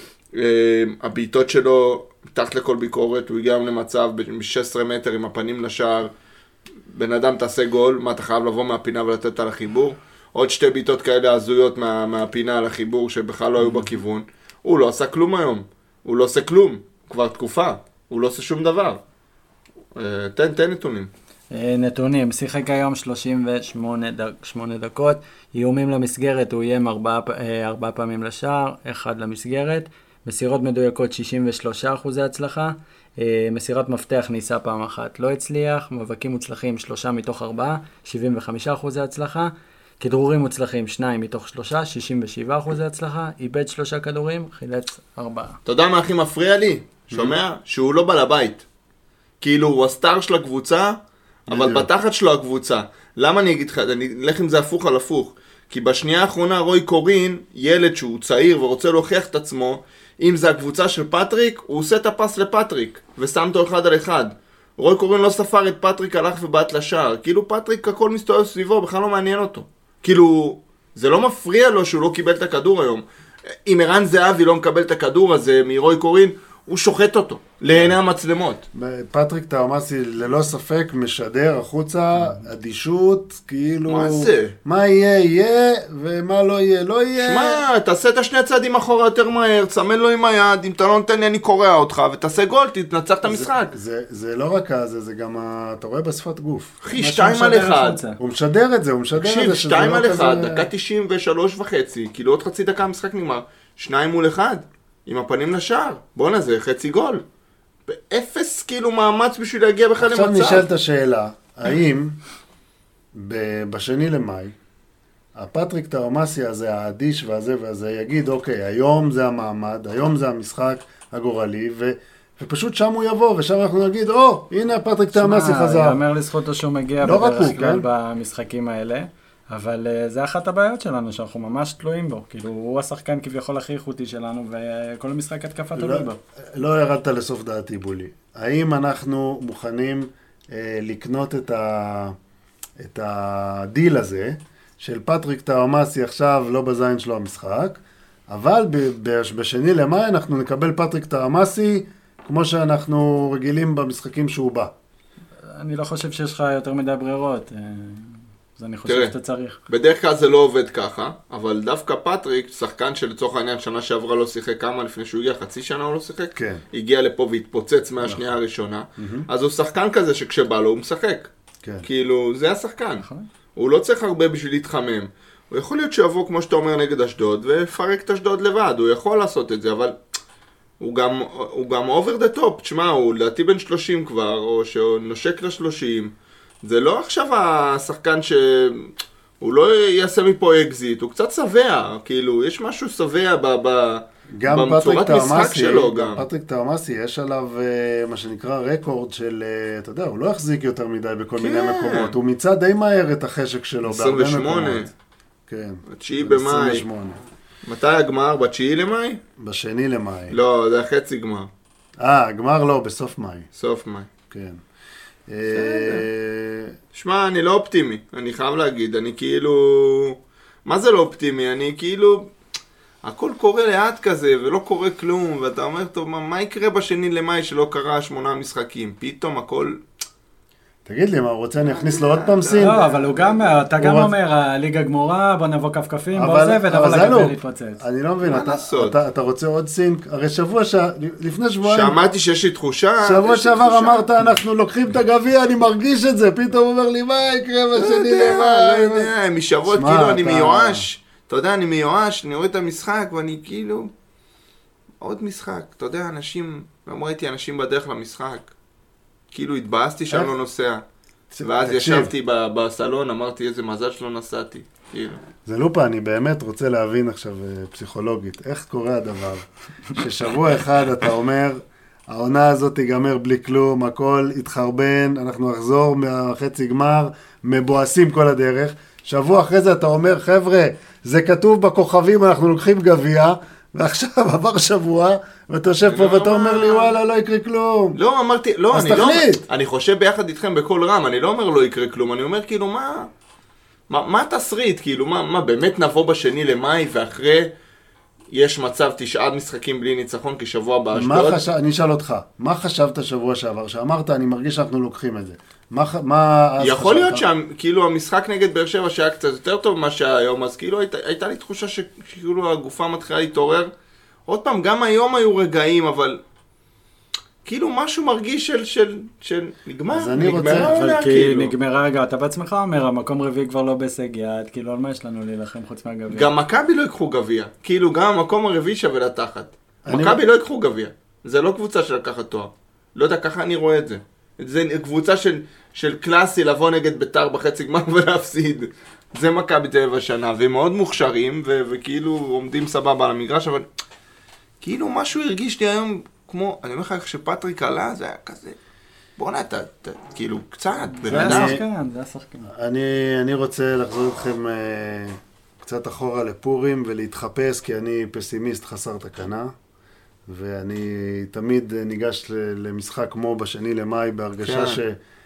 הבעיטות שלו מתחת לכל ביקורת, הוא הגיע למצב ב-שש עשרה מטר עם הפנים לשער. בן אדם תעשה גול, מה אתה חייב לבוא מהפינה ולתת על החיבור? עוד שתי בעיטות כאלה הזויות מה, מהפינה על החיבור שבכלל לא היו בכיוון. הוא לא עשה כלום היום, הוא לא עושה כלום, כבר תקופה, הוא לא עושה שום דבר. תן, תן נתונים. נתונים, שיחק היום שלושים ושמונה דקות, איומים למסגרת, הוא איים ארבע, ארבע פעמים לשער, אחד למסגרת, מסירות מדויקות שישים ושלושה אחוזי הצלחה, מסירת מפתח ניסה פעם אחת, לא הצליח, מאבקים מוצלחים שלושה מתוך ארבעה, שבעים וחמישה אחוזי הצלחה, כדרורים מוצלחים שניים מתוך שלושה, שישים ושבעה אחוזי הצלחה, איבד שלושה כדורים, חילץ ארבעה. אתה יודע מה הכי מפריע לי? שומע? שהוא לא בעל הבית. כאילו הוא הסטאר של הקבוצה, אבל בתחת שלו הקבוצה. למה אני אגיד לך, אני אלך עם זה הפוך על הפוך. כי בשנייה האחרונה רוי קורין, ילד שהוא צעיר ורוצה להוכיח את עצמו, אם זה הקבוצה של פטריק, הוא עושה את הפס לפטריק, ושם אותו אחד על אחד. רוי קורין לא ספר את פטריק, הלך ובאת לשער. כאילו פטריק הכל מסתובב סביבו, בכלל לא מעניין אותו. כאילו, זה לא מפריע לו שהוא לא קיבל את הכדור היום. אם ערן זהבי לא מקבל את הכדור הזה מרוי קורין, הוא שוחט אותו, לעיני המצלמות. פטריק טאומאסי ללא ספק משדר החוצה, אדישות, כאילו... מה זה? מה יהיה, יהיה, ומה לא יהיה, לא יהיה. שמע, תעשה את השני צעדים אחורה יותר מהר, צמן לו עם היד, אם אתה לא נותן לי אני קורע אותך, ותעשה גול, תתנצח את המשחק. זה, זה, זה לא רק הזה, זה גם, ה... אתה רואה בשפת גוף. אחי, שתיים על אחד. הוא משדר את זה, הוא משדר את זה. תקשיב, שתיים על אחד, כזה... דקה תשעים ושלוש וחצי, כאילו עוד חצי דקה המשחק נגמר, שניים מול אחד. עם הפנים לשער. בוא'נה, זה חצי גול. באפס כאילו מאמץ בשביל להגיע בכלל למצב. עכשיו נשאלת השאלה, האם בשני למאי, הפטריק טאומאסי הזה, האדיש והזה והזה, יגיד, אוקיי, היום זה המעמד, היום זה המשחק הגורלי, ו... ופשוט שם הוא יבוא, ושם אנחנו נגיד, או, הנה הפטריק טאומאסי חזר. יאמר לזכותו שהוא מגיע לא בדרך הוא, כלל כן? במשחקים האלה. אבל uh, זה אחת הבעיות שלנו, שאנחנו ממש תלויים בו. כאילו, הוא השחקן כביכול הכי איכותי שלנו, וכל המשחק התקפה תלוי בו. לא ירדת לסוף דעתי בולי. האם אנחנו מוכנים אה, לקנות את, ה, את הדיל הזה, של פטריק טאומאסי עכשיו לא בזין שלו המשחק, אבל ב, ב, בשני למאי אנחנו נקבל פטריק טאומאסי, כמו שאנחנו רגילים במשחקים שהוא בא. אני לא חושב שיש לך יותר מדי ברירות. אז אני חושב תראה, שאתה צריך. בדרך כלל זה לא עובד ככה, אבל דווקא פטריק, שחקן שלצורך העניין שנה שעברה לא שיחק כמה לפני שהוא הגיע, חצי שנה הוא לא שיחק, כן. הגיע לפה והתפוצץ מהשנייה הראשונה, אז הוא שחקן כזה שכשבא לו הוא משחק. כן. כאילו, זה השחקן. נכון. הוא לא צריך הרבה בשביל להתחמם. הוא יכול להיות שיבוא, כמו שאתה אומר, נגד אשדוד, ופרק את אשדוד לבד, הוא יכול לעשות את זה, אבל הוא גם, הוא גם over the top, תשמע, הוא לדעתי בן שלושים כבר, או שהוא נושק ל-שלושים, זה לא עכשיו השחקן ש... הוא לא יעשה מפה אקזיט, הוא קצת שבע, כאילו, יש משהו שבע ב... ב... גם בצורת משחק שלו גם. פטריק טאומאסי, יש עליו מה שנקרא רקורד של, אתה יודע, הוא לא החזיק יותר מדי בכל מיני מקומות, הוא מיצה די מהר את החשק שלו בהרבה מקומות. עשרים ושמונה. כן. התשיעי במאי. מתי הגמר? בתשיעי למאי? בשני למאי. לא, זה החצי גמר. אה, הגמר לא, בסוף מאי. סוף מאי. כן. שמע, אני לא אופטימי, אני חייב להגיד, אני כאילו... מה זה לא אופטימי? אני כאילו... הכל קורה לאט כזה, ולא קורה כלום, ואתה אומר, טוב, מה, מה יקרה בשני למאי שלא קרה שמונה משחקים? פתאום הכל... תגיד לי, מה, הוא רוצה אני אכניס לו עוד פעם סין? לא, אבל הוא גם, אתה גם אומר, הליגה גמורה, בוא נבוא כפכפים, בוא זה, ונבוא לגבי להתפוצץ. אני לא מבין, אתה רוצה עוד סין? הרי שבוע, לפני שבועיים... שמעתי שיש לי תחושה... שבוע שעבר אמרת, אנחנו לוקחים את הגביע, אני מרגיש את זה, פתאום הוא אומר לי, מה יקרה בשני למאי? לא יודע, משבועות כאילו אני מיואש. אתה יודע, אני מיואש, אני רואה את המשחק, ואני כאילו... עוד משחק. אתה יודע, אנשים... גם ראיתי אנשים בדרך למשחק. כאילו התבאסתי שאני לא נוסע. ואז ישבתי בסלון, אמרתי איזה מזל שלא נסעתי. זה לופה, אני באמת רוצה להבין עכשיו פסיכולוגית. איך קורה הדבר? ששבוע אחד אתה אומר, העונה הזאת תיגמר בלי כלום, הכל יתחרבן, אנחנו נחזור מהחצי גמר, מבואסים כל הדרך. שבוע אחרי זה אתה אומר, חבר'ה, זה כתוב בכוכבים, אנחנו לוקחים גביע, ועכשיו עבר שבוע, ואתה יושב פה ואתה אומר לי, וואלה, לא יקרה כלום. לא, אמרתי, לא, אז אני לא... תחליט. אני חושב ביחד איתכם בכל רם, אני לא אומר לא יקרה כלום, אני אומר כאילו, מה... מה, מה התסריט? כאילו, מה, מה, באמת נבוא בשני למאי, ואחרי יש מצב תשעה משחקים בלי ניצחון כשבוע באשדוד? מה חשב... אני אשאל אותך, מה חשבת שבוע שעבר? שאמרת, אני מרגיש שאנחנו לוקחים את זה. מה, מה אז יכול חשבת? להיות שכאילו המשחק נגד באר שבע שהיה קצת יותר טוב ממה שהיה היום, אז כאילו הייתה, הייתה לי תחושה שכאילו הגופה מתחילה להתעורר. עוד פעם, גם היום היו רגעים, אבל כאילו משהו מרגיש של, של, של נגמר, אז אני רוצה, נגמרה אבל עונה, כי כאילו. נגמרה רגע, אתה בעצמך אומר, המקום רביעי כבר לא בהישג יד, כאילו על מה יש לנו להילחם חוץ מהגביע? גם מכבי לא יקחו גביע, כאילו גם המקום הרביעי שווה לתחת. אני- מכבי לא יקחו גביע, זה לא קבוצה של לקחת תואר. לא יודע, ככה אני רואה את זה. זה קבוצה של, של קלאסי לבוא נגד בית"ר בחצי גמר ולהפסיד. זה מכבי תל אביב השנה, והם מאוד מוכשרים, ו- וכאילו עומדים סבבה על המגרש, אבל כאילו משהו הרגיש לי היום כמו, אני אומר לך, כשפטריק עלה, זה היה כזה, בוא נתה, כאילו, קצת, בן זה אדם. השחקן, זה השחקן. אני, אני רוצה לחזור אתכם אה, קצת אחורה לפורים ולהתחפש, כי אני פסימיסט חסר תקנה, ואני תמיד ניגש ל- למשחק כמו בשני למאי, בהרגשה כן. ש,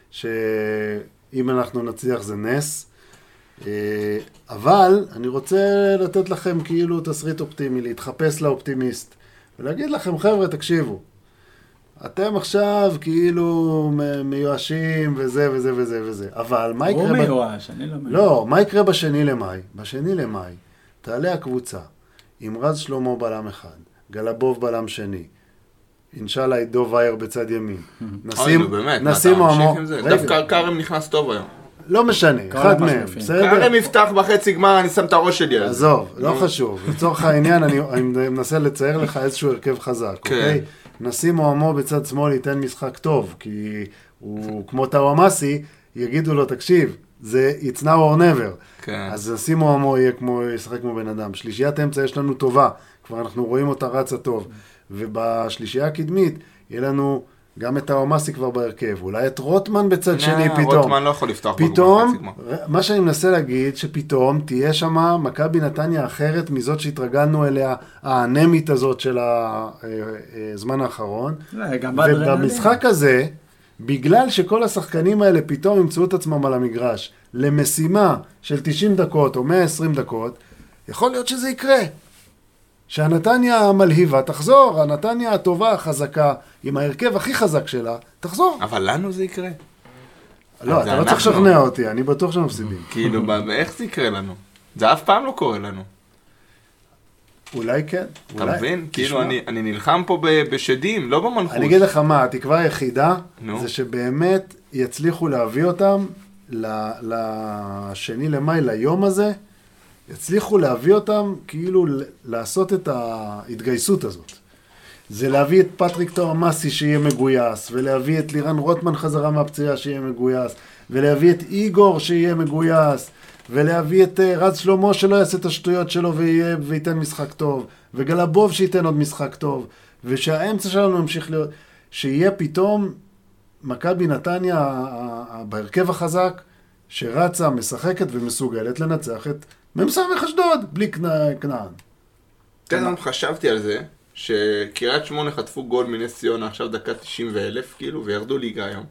שאם אנחנו נצליח זה נס. אה, אבל אני רוצה לתת לכם כאילו תסריט אופטימי, להתחפש לאופטימיסט, ולהגיד לכם, חבר'ה, תקשיבו, אתם עכשיו כאילו מ- מיואשים וזה וזה וזה וזה, אבל מה יקרה... הוא ב- מיואש, אני לא מיואש. לא, מה יקרה בשני למאי? בשני למאי, תעלה הקבוצה עם רז שלמה בלם אחד, גלבוב בלם שני, אינשאללה עידו וייר בצד ימין. אוי, נשים, נו באמת, מה, נשים אתה ממשיך עמו... עם זה? רגע, דווקא קרם נכנס טוב היום. לא משנה, כל אחד מהם, המחליפים. בסדר? קרם יפתח בחצי גמר, אני שם את הראש שלי על זה. עזוב, לא חשוב. לצורך העניין, אני, אני מנסה לצייר לך איזשהו הרכב חזק, כן. אוקיי? נשים עמו בצד שמאל ייתן משחק טוב, כי הוא, כמו טאוואמאסי, יגידו לו, תקשיב, זה it's now or never. כן. אז נשים עמו יהיה כמו, ישחק כמו בן אדם. שלישיית אמצע יש לנו טובה, כבר אנחנו רואים אותה רצה טוב. ובשלישייה הקדמית, יהיה לנו גם את טאוואמאסי כבר בהרכב, אולי את רוטמן בצד שני נה, פתאום. רוטמן לא יכול לפתוח בגמר פתאום, חצי גמר. מה שאני מנסה להגיד, שפתאום תהיה שמה מכבי נתניה אחרת מזאת שהתרגלנו אליה, האנמית הזאת של הזמן האחרון. לא, גם באדרנלין. ובמשחק הזה, בגלל שכל השחקנים האלה פתאום ימצאו את עצמם על המגרש, למשימה של תשעים דקות או מאה ועשרים דקות, יכול להיות שזה יקרה. שהנתניה המלהיבה תחזור, הנתניה הטובה, החזקה, עם ההרכב הכי חזק שלה, תחזור. אבל לנו זה יקרה. לא, זה אתה לא צריך אנחנו. לשכנע אותי, אני בטוח שמפסידים. כאילו, ב- איך זה יקרה לנו? זה אף פעם לא קורה לנו. אולי כן, אתה אולי. מבין? כאילו, תשמע, אני אני נלחם פה ב- בשדים, לא במנחוס. אני אגיד לך מה, התקווה היחידה, נו. זה שבאמת יצליחו להביא אותם ל- לשני למאי, ליום הזה, יצליחו להביא אותם, כאילו ל- לעשות את ההתגייסות הזאת. זה להביא את פטריק טאוואמאסי שיהיה מגויס, ולהביא את לירן רוטמן חזרה מהפציעה שיהיה מגויס, ולהביא את איגור שיהיה מגויס, ולהביא את uh, רז שלמה שלא יעשה את השטויות שלו ויהיה, וייתן משחק טוב, וגלבוב שייתן עוד משחק טוב, ושהאמצע שלנו ימשיך להיות, שיהיה פתאום מכבי נתניה ה- ה- ה- בהרכב החזק, שרצה, משחקת ומסוגלת לנצח את ממסר אשדוד, בלי כנ- כנען. תראה, חשבתי על זה, שקריית שמונה חטפו גול מנס ציונה עכשיו דקה תשעים ואלף, כאילו, וירדו ליגה היום.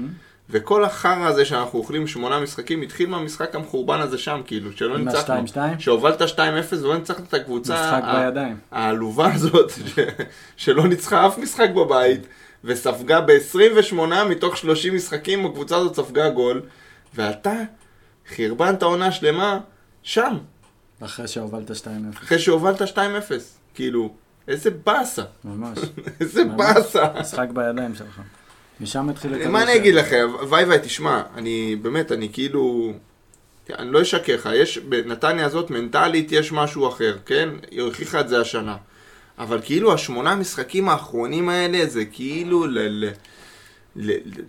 וכל החרא הזה שאנחנו אוכלים שמונה משחקים, התחיל מהמשחק המחורבן הזה שם, כאילו, שלא עם ניצחנו. ה-שתיים שתיים? שהובלת שתיים אפס ולא ניצחת את הקבוצה משחק ה- בידיים. העלובה הזאת, ש- שלא ניצחה אף משחק בבית, וספגה ב-עשרים ושמונה מתוך שלושים משחקים, הקבוצה הזאת ספגה גול, ואתה חרבנת עונה שלמה שם, אחרי שהובלת שתיים אפס. אחרי שהובלת שתיים אפס. כאילו, איזה באסה, ממש. איזה ממש. באסה. משחק בידיים שלך. משם התחיל את מה אני אגיד לכם, וואי וואי, תשמע, אני באמת, אני כאילו, אני לא אשקר לך, יש, בנתניה הזאת מנטלית יש משהו אחר, כן? היא הוכיחה את זה השנה. אבל כאילו השמונה משחקים האחרונים האלה זה כאילו ל... ל... ל...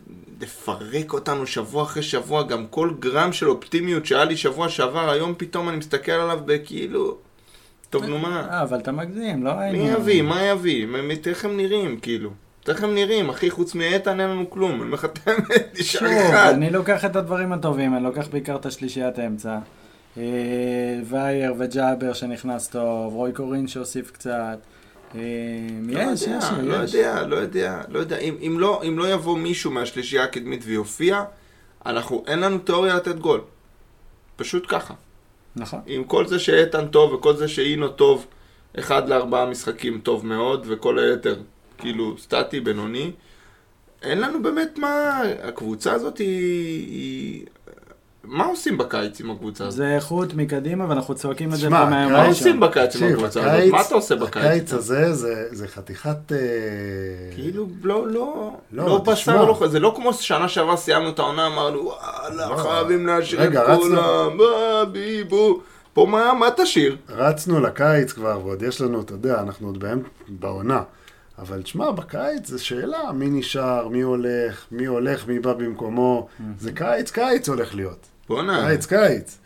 לפרק אותנו שבוע אחרי שבוע, גם כל גרם של אופטימיות שהיה לי שבוע שעבר, היום פתאום אני מסתכל עליו בכאילו, טוב נו מה, אה, אבל אתה מגזים, לא מי העניין. יביא, מה יביא, איך הם נראים כאילו, איך הם נראים, אחי, חוץ מאיתן אין לנו כלום, אני מחתם נשאר שוב, אחד. אני לוקח את הדברים הטובים, אני לוקח בעיקר את השלישיית האמצע. אה, וייר וג'אבר שנכנס טוב, רוי קורין שהוסיף קצת. אה, לא יש, יודע, יש, לא יש. יודע, לא יודע, לא יודע, אם, אם, לא, אם לא יבוא מישהו מהשלישייה הקדמית ויופיע, אנחנו, אין לנו תיאוריה לתת גול. פשוט ככה. נכון. עם כל זה שאיתן טוב וכל זה שאינו טוב, אחד לארבעה משחקים טוב מאוד, וכל היתר כאילו סטטי, בינוני, אין לנו באמת מה, הקבוצה הזאת היא, היא... מה עושים בקיץ עם הקבוצה הזאת? זה איכות מקדימה ואנחנו צועקים את זה שמע, פה מהיום מה קיץ- עושים בקיץ עם תקשיב, הקבוצה הזאת? הקיץ- מה אתה עושה בקיץ? הקיץ הזה זה- זה חתיכת... אה, כאילו, לא, לא, לא, לא תשמע. בשר, לא, זה לא כמו שנה שעברה סיימנו את העונה, אמרנו, וואלה, לא. חייבים להשאיר רגע, את רצנו. כולם, מה, ביבו, פה מה, מה תשאיר? רצנו לקיץ כבר, ועוד יש לנו, אתה יודע, אנחנו עוד בהם בעונה. אבל תשמע, בקיץ זה שאלה, מי נשאר, מי הולך, מי הולך, מי בא במקומו. זה קיץ, קיץ הולך להיות. בוא'נה. קיץ, קיץ.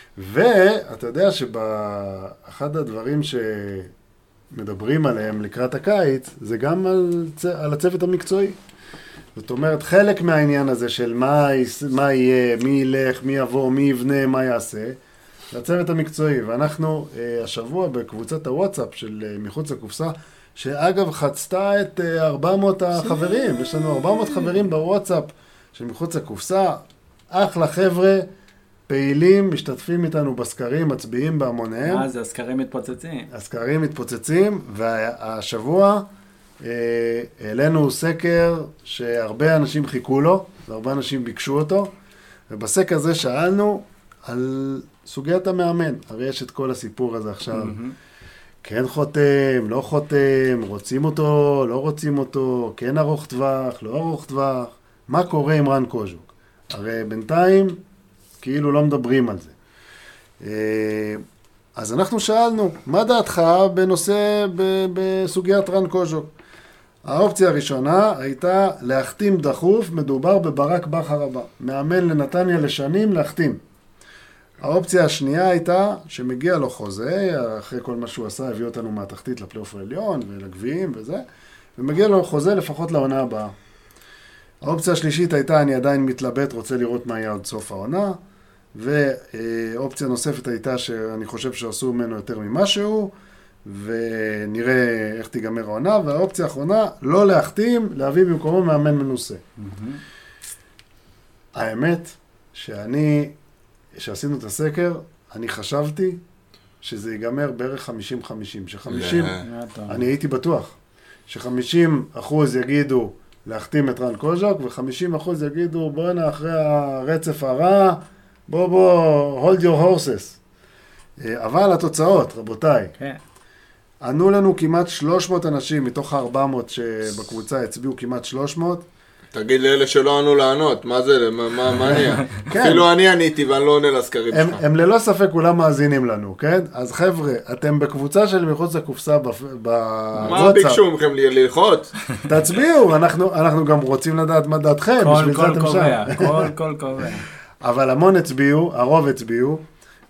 ואתה יודע שבאחד הדברים שמדברים עליהם לקראת הקיץ, זה גם על, צ... על הצוות המקצועי. זאת אומרת, חלק מהעניין הזה של מה, מה יהיה, מי ילך, מי יבוא, מי יבנה, מה יעשה, זה הצוות המקצועי. ואנחנו אה, השבוע בקבוצת הוואטסאפ של אה, מחוץ לקופסה, שאגב חצתה את אה, ארבע מאות החברים, יש לנו ארבע מאות חברים בוואטסאפ של מחוץ לקופסה, אחלה חבר'ה, פעילים, משתתפים איתנו בסקרים, מצביעים בהמוניהם. מה זה, הסקרים מתפוצצים. הסקרים מתפוצצים, והשבוע העלינו סקר שהרבה אנשים חיכו לו, והרבה אנשים ביקשו אותו, ובסקר הזה שאלנו על סוגיית המאמן. הרי יש את כל הסיפור הזה עכשיו. כן חותם, לא חותם, רוצים אותו, לא רוצים אותו, כן ארוך טווח, לא ארוך טווח. מה קורה עם רן קוז'וק? הרי בינתיים כאילו לא מדברים על זה. אז אנחנו שאלנו, מה דעתך בנושא, בסוגיית רן קוז'וק? האופציה הראשונה הייתה להחתים דחוף, מדובר בברק בכר הבא. מאמן לנתניה לשנים, להחתים. האופציה השנייה הייתה שמגיע לו חוזה, אחרי כל מה שהוא עשה, הביא אותנו מהתחתית לפלייאוף העליון ולגביעים וזה, ומגיע לו חוזה לפחות לעונה הבאה. האופציה השלישית הייתה, אני עדיין מתלבט, רוצה לראות מה יהיה עד סוף העונה, ואופציה נוספת הייתה שאני חושב שעשו ממנו יותר ממשהו, ונראה איך תיגמר העונה, והאופציה האחרונה, לא להחתים, להביא במקומו מאמן מנוסה. האמת, שאני, שעשינו את הסקר, אני חשבתי שזה ייגמר בערך חמישים חמישים, שחמישים, אני הייתי בטוח, שחמישים אחוז יגידו להחתים את רן קוז'וק, ו-חמישים אחוז יגידו, בוא הנה אחרי הרצף הרע, בוא בוא, hold your horses. אבל התוצאות, רבותיי, כן. ענו לנו כמעט שלוש מאות אנשים, מתוך ה-ארבע מאות שבקבוצה הצביעו כמעט שלוש מאות. תגיד לאלה שלא ענו לענות, מה זה, מה, מה, מה נהיה? אפילו אני עניתי ואני לא עונה לסקרים הם, שלך. הם ללא ספק כולם מאזינים לנו, כן? אז חבר'ה, אתם בקבוצה של מחוץ לקופסה בוואטסאפ. מה ביקשו מכם ללחוץ? תצביעו, אנחנו, אנחנו גם רוצים לדעת מה דעתכם, כל כל קובע, כל כל קובע. אבל המון הצביעו, הרוב הצביעו,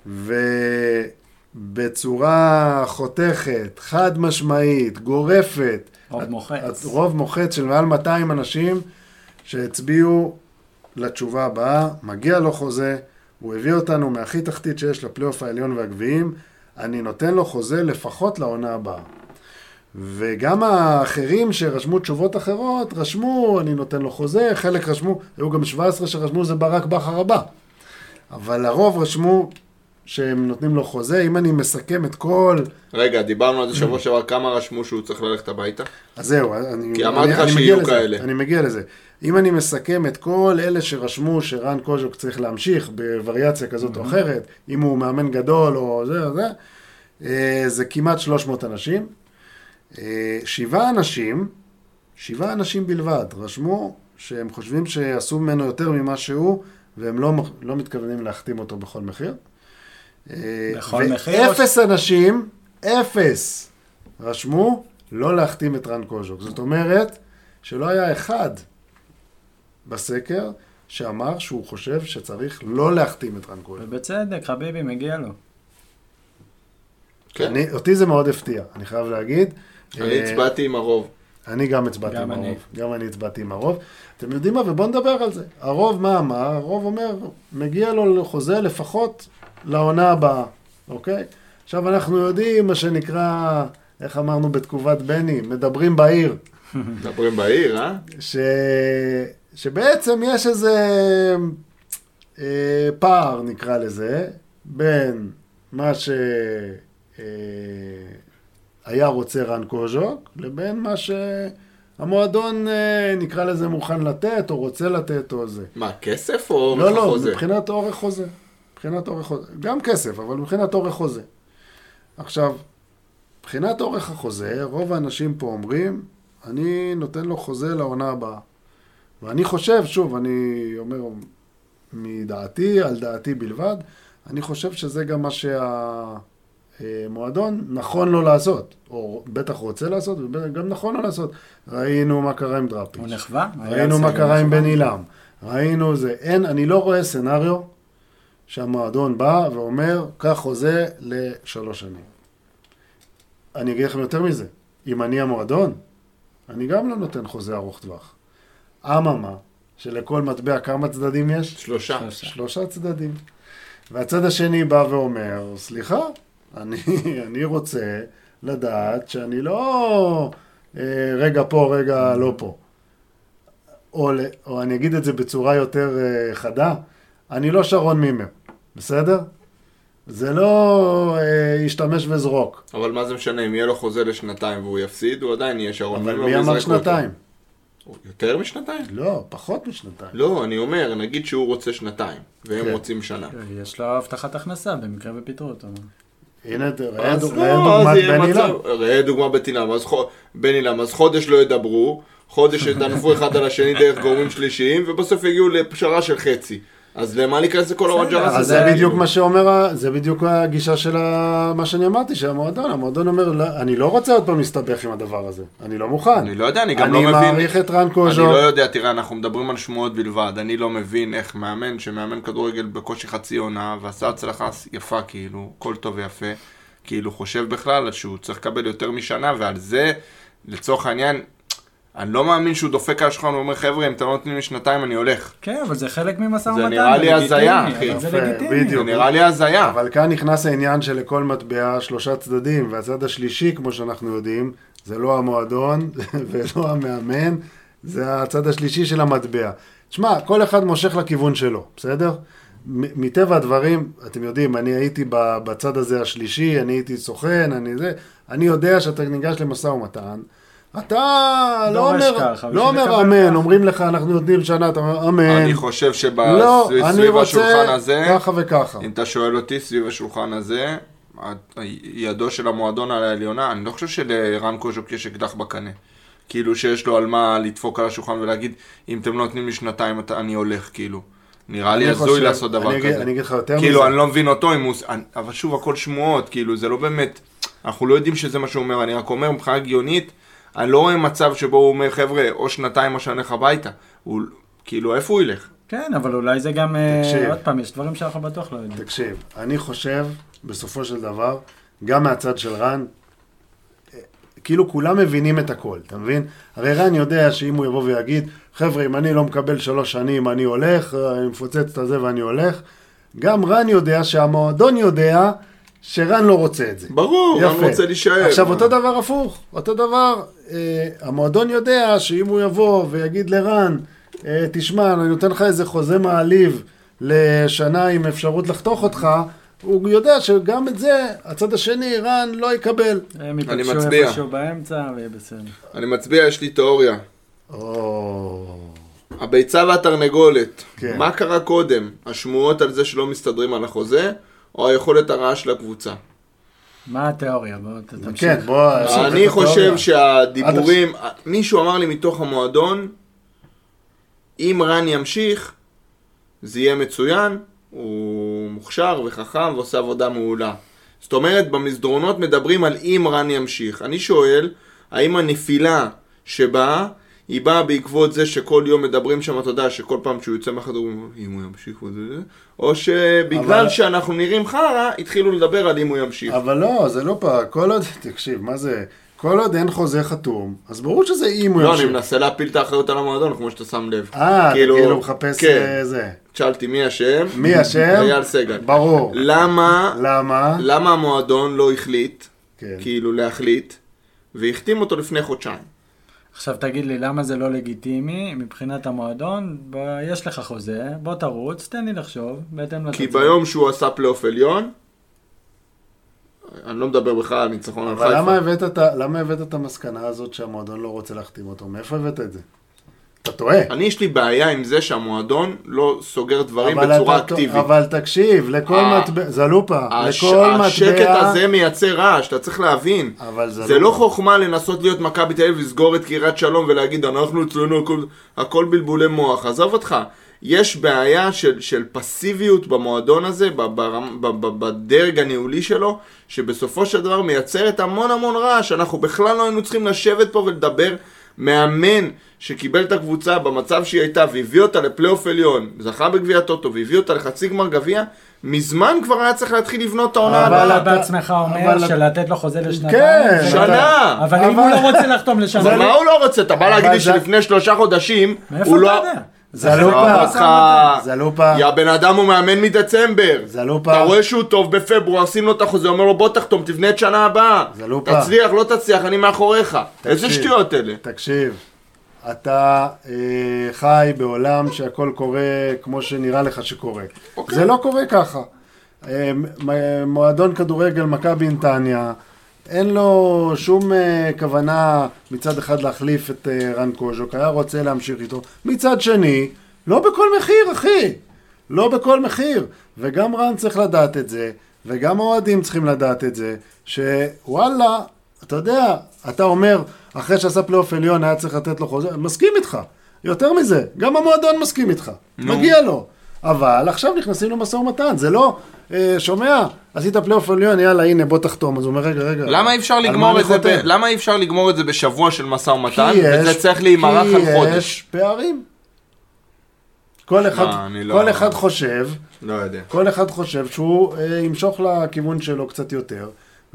ובצורה חותכת, חד משמעית, גורפת, רוב מוחץ. רוב מוחץ של מעל מאתיים אנשים שהצביעו לתשובה הבאה, מגיע לו חוזה, הוא הביא אותנו מהכי תחתית שיש לפלייאוף העליון והגביעים, אני נותן לו חוזה לפחות לעונה הבאה. וגם האחרים שרשמו תשובות אחרות, רשמו, אני נותן לו חוזה, חלק רשמו, היו גם שבע עשרה שרשמו, זה ברק בכר הבא. אבל הרוב רשמו שהם נותנים לו חוזה, אם אני מסכם את כל... רגע, דיברנו על זה שבוע שעבר, כמה רשמו שהוא צריך ללכת הביתה? אז זהו, אני, כי אמרתי לך אני, שיהיו אני כאלה. אני מגיע לזה. אם אני מסכם את כל אלה שרשמו שרן קוז'וק צריך להמשיך בווריאציה כזאת או אחרת, אם הוא מאמן גדול או זה או זה, זה כמעט שלוש מאות אנשים. שבעה אנשים, שבעה אנשים בלבד, רשמו שהם חושבים שעשו ממנו יותר ממה שהוא, והם לא, לא מתכוונים להחתים אותו בכל מחיר. בכל מחיר? ואפס אנשים, אפס, רשמו לא להחתים את רן קוז'וק. זאת אומרת שלא היה אחד בסקר שאמר שהוא חושב שצריך לא להחתים את רן קוז'וק. ובצדק, חביבי, מגיע לו. כן. אני, אותי זה מאוד הפתיע, אני חייב להגיד. אני הצבעתי עם הרוב. אני גם הצבעתי עם אני. הרוב. גם אני הצבעתי עם הרוב. אתם יודעים מה? ובואו נדבר על זה. הרוב מה אמר? הרוב אומר, מגיע לו חוזה לפחות לעונה הבאה, אוקיי? עכשיו אנחנו יודעים מה שנקרא, איך אמרנו בתקופת בני, מדברים בעיר. מדברים בעיר, אה? ש... שבעצם יש איזה אה, פער, נקרא לזה, בין מה ש... אה, היה רוצה רן קוז'וק, לבין מה שהמועדון, אה, נקרא לזה, מוכן לתת, או רוצה לתת, או זה. מה, כסף או לא, לא, חוזה? מבחינת אורך חוזה. מבחינת אורך חוזה. גם כסף, אבל מבחינת אורך חוזה. עכשיו, מבחינת אורך החוזה, רוב האנשים פה אומרים, אני נותן לו חוזה לעונה הבאה. ואני חושב, שוב, אני אומר מדעתי, על דעתי בלבד, אני חושב שזה גם מה שהמועדון נכון לו לעשות, או בטח רוצה לעשות, וגם נכון לו לעשות. ראינו מה קרה עם דראפיץ'. הוא נחווה? ראינו מה קרה עם בן אילם. ראינו זה. אין, אני לא רואה סנריו שהמועדון בא ואומר, קח חוזה לשלוש שנים. אני אגיד לכם יותר מזה. אם אני המועדון, אני גם לא נותן חוזה ארוך טווח. אממה, שלכל מטבע כמה צדדים יש? שלושה. שלושה צדדים. והצד השני בא ואומר, סליחה, אני, אני רוצה לדעת שאני לא אה, רגע פה, רגע לא פה. או, או אני אגיד את זה בצורה יותר אה, חדה, אני לא שרון מימר, בסדר? זה לא אה, ישתמש וזרוק. אבל מה זה משנה, אם יהיה לו חוזה לשנתיים והוא יפסיד, הוא עדיין יהיה שרון מימר. אבל מי אמר שנתיים? יותר משנתיים? לא, פחות משנתיים. לא, אני אומר, נגיד שהוא רוצה שנתיים, והם כן. רוצים שנה. יש לו הבטחת הכנסה במקרה ופיטרו אותו. הנה, ראה אז דוג- לא, ראה אז דוגמת יהיה בן מצב- אילם. ראה דוגמה בית אילם, אז חו- בן אילם, אז חודש לא ידברו, חודש יתנפו אחד על השני דרך גורמים שלישיים, ובסוף יגיעו לפשרה של חצי. אז למה להיכנס לכל הוואג'רס אז הזה? זה בדיוק מה שאומר, ה- זה בדיוק הגישה של ה- מה שאני אמרתי, שהמועדון, המועדון אומר, "לא, אני לא רוצה עוד פעם להסתבך עם הדבר הזה, אני לא מוכן. אני לא יודע, אני גם לא אני מבין. מעריך את רן אני קוז'ו. לא יודע, תראה, אנחנו מדברים על שמועות בלבד, אני לא מבין איך מאמן, שמאמן כדורגל בקושי חצי עונה, ועשה הצלחה יפה, כאילו, כל טוב ויפה, כאילו חושב בכלל שהוא צריך לקבל יותר משנה, ועל זה, לצורך העניין, אני לא מאמין שהוא דופק על השולחן ואומר, חבר'ה, אם אתם לא נותנים לי שנתיים, אני הולך. כן, אבל זה חלק ממשא ומתן. נראה לי לגיטימי, הזיה, אבל אחי. זה יפה, לגיטימי. בדיוק. זה נראה לי הזיה. אבל כאן נכנס העניין שלכל מטבע שלושה צדדים, והצד השלישי, כמו שאנחנו יודעים, זה לא המועדון ולא המאמן, זה הצד השלישי של המטבע. תשמע, כל אחד מושך לכיוון שלו, בסדר? מ- מטבע הדברים, אתם יודעים, אני הייתי ב- בצד הזה השלישי, אני הייתי סוכן, אני זה, אני יודע שאתה ניגש למשא ומתן, אתה לא דורש אומר, ככה, לא בשביל אומר לקבל אמן, ככה. אומרים לך, אנחנו נותנים שנה, אתה אומר אמן. אני חושב לא, אני שבסביב רוצה השולחן הזה, ככה וככה. אם אתה שואל אותי סביב השולחן הזה, ידו של המועדון על העליונה, אני לא חושב שלרן קוז'וק יש אקדח בקנה. כאילו שיש לו על מה לדפוק על השולחן ולהגיד, אם אתם לא נותנים לי שנתיים, אתה- אני הולך, כאילו. נראה לי אני הזוי חושב- לעשות דבר אני אגיד- כזה. אני אגיד לך יותר כאילו, מזה. אני לא מבין אותו אם הוא... אני- אבל שוב, הכל שמועות, כאילו, זה לא באמת... אנחנו לא יודעים שזה מה שהוא אומר, אני רק אומר, מבחינה הגיונית, אני לא רואה מצב שבו הוא אומר, חבר'ה, או שנתיים או שאני הולך הביתה. הוא... כאילו, איפה הוא ילך? כן, אבל אולי זה גם, אה, תקשיב. עוד פעם, יש דברים שאנחנו בטוח לא יודעים. תקשיב, אני חושב, בסופו של דבר, גם מהצד של רן, אה, כאילו כולם מבינים את הכל, אתה מבין? הרי רן יודע שאם הוא יבוא ויגיד, חבר'ה, אם אני לא מקבל שלוש שנים, אני הולך, אני מפוצץ את הזה ואני הולך, גם רן יודע שהמועדון יודע שרן לא רוצה את זה. ברור, רן רוצה להישאר. עכשיו, אותו דבר הפוך, אותו דבר, אה, המועדון יודע שאם הוא יבוא ויגיד לרן, אה, תשמע, אני נותן לך איזה חוזה מעליב לשנה עם אפשרות לחתוך אותך, הוא יודע שגם את זה, הצד השני, רן לא יקבל. הם אני ייפגשו מצביע. איפשהו באמצע ויהיה בסדר. אני מצביע, יש לי תיאוריה. או... הביצה והתרנגולת, כן. מה קרה קודם? השמועות על זה שלא מסתדרים על החוזה, או היכולת הרעה של הקבוצה? מה התיאוריה? בוא ת- תמשיך. כן, בוא... אני חושב שהדיבורים, מישהו אמר לי מתוך המועדון, אם רן ימשיך, זה יהיה מצוין, הוא מוכשר וחכם ועושה עבודה מעולה. זאת אומרת, במסדרונות מדברים על אם רן ימשיך. אני שואל, האם הנפילה שבאה, היא באה בעקבות זה שכל יום מדברים שם, אתה יודע, שכל פעם שהוא יוצא מהחדר, אם הוא ימשיך וזה, או שבגלל אבל- שאנחנו נראים חרא, התחילו לדבר על אם הוא ימשיך. אבל לא, זה לא פעם, כל עוד, תקשיב, מה זה, כל עוד אין חוזה חתום, אז ברור שזה אם הוא לא, אני ימשיך. מנסה להפיל את האחריות על המועדון, כמו שאתה שם לב. אה, אתה כאילו- כאילו מחפש כן. אה, זה. שאלתי מי השם? מי השם? אייל סגל. ברור. למה, למה? למה המועדון לא החליט, כן. כאילו להחליט, והחתים אותו לפני חודשיים? עכשיו תגיד לי, למה זה לא לגיטימי מבחינת המועדון? ב- יש לך חוזה, בוא תרוץ, תן לי לחשוב, בהתאם לתוצאה. כי ביום שהוא עשה פלייאוף עליון, אני לא מדבר בכלל על ניצחון על אבל למה חיפה. הבאת את ה- למה הבאת את המסקנה הזאת שהמועדון לא רוצה להחתים אותו? מאיפה הבאת את זה? אתה טועה. אני יש לי בעיה עם זה שהמועדון לא סוגר דברים אבל בצורה אתה- אקטיבית. אבל תקשיב, לכל ה- מטבע, זלופה, הש- לכל השקט מטבע, הזה מייצר רעש, אתה צריך להבין. אבל זה זה לא- לא חוכמה לנסות להיות מכבי תל אביב, לסגור את קריית שלום ולהגיד אנחנו אצלנו הכל, הכל בלבולי מוח. עזוב אותך, יש בעיה של, של פסיביות במועדון הזה, ב- ברמ- ב- ב- בדרג הניהולי שלו, שבסופו של דבר מייצרת המון המון רעש. אנחנו בכלל לא היינו צריכים לשבת פה ולדבר. מאמן שקיבל את הקבוצה במצב שהיא הייתה והביא אותה לפלייאוף עליון, זכה בגביע טוטו והביא אותה לחצי גמר גביע, מזמן כבר היה צריך להתחיל לבנות את העונה. אבל הבאה. אתה בעצמך אומר שלתת לו חוזה לשנתיים. כן, שנה. אבל אם הוא לא רוצה לחתום לשנה. אבל מה הוא לא רוצה? אתה בא להגיד לי זה- שלפני שלושה חודשים, מאיפה הוא אתה לא... יודע? זה לא פעם. זה לא פעם. יא בן אדם הוא מאמן מדצמבר. זה לא אתה פעם. רואה שהוא טוב בפברואר, שים לו את החוזה, אומר לו בוא תחתום, תבנה את שנה הבאה. זה לא פעם. תצליח, לא תצליח, אני מאחוריך. איזה שטויות אלה? תקשיב, אתה אה, חי בעולם שהכל קורה כמו שנראה לך שקורה. זה לא קורה ככה. אה, מ- מועדון כדורגל מכבי נתניה, אין לו שום אה, כוונה מצד אחד להחליף את אה, רן קוז'וק, היה רוצה להמשיך איתו. מצד שני, לא בכל מחיר, אחי. לא בכל מחיר. וגם רן צריך לדעת את זה, וגם האוהדים צריכים לדעת את זה, שוואלה, אתה יודע, אתה אומר, אחרי שעשה פלייאוף עליון היה צריך לתת לו חוזה, מסכים איתך. יותר מזה, גם המועדון מסכים איתך. מגיע לו. אבל עכשיו נכנסים למשא ומתן, זה לא, אה, שומע, עשית פלייאוף עליון, יאללה, הנה, בוא תחתום. אז הוא אומר, רגע, רגע. למה אי אפשר על מה לגמור אני את זה ב- חותם? למה אי אפשר לגמור את זה בשבוע של משא כי ומתן, יש- וזה צריך להימרח על כי חודש? יש פערים. כל אחד, אני לא- כל אחד חושב, לא יודע. כל אחד חושב שהוא אה, ימשוך לכיוון שלו קצת יותר,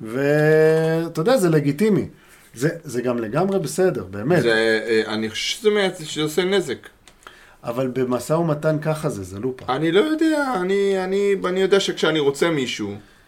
ואתה יודע, זה לגיטימי. זה, זה גם לגמרי בסדר, באמת. זה, אה, אני חושב שזה מייצ- שזה עושה נזק. אבל במשא ומתן ככה זה, זה לופה. אני לא יודע, אני, אני, אני יודע שכשאני רוצה מישהו,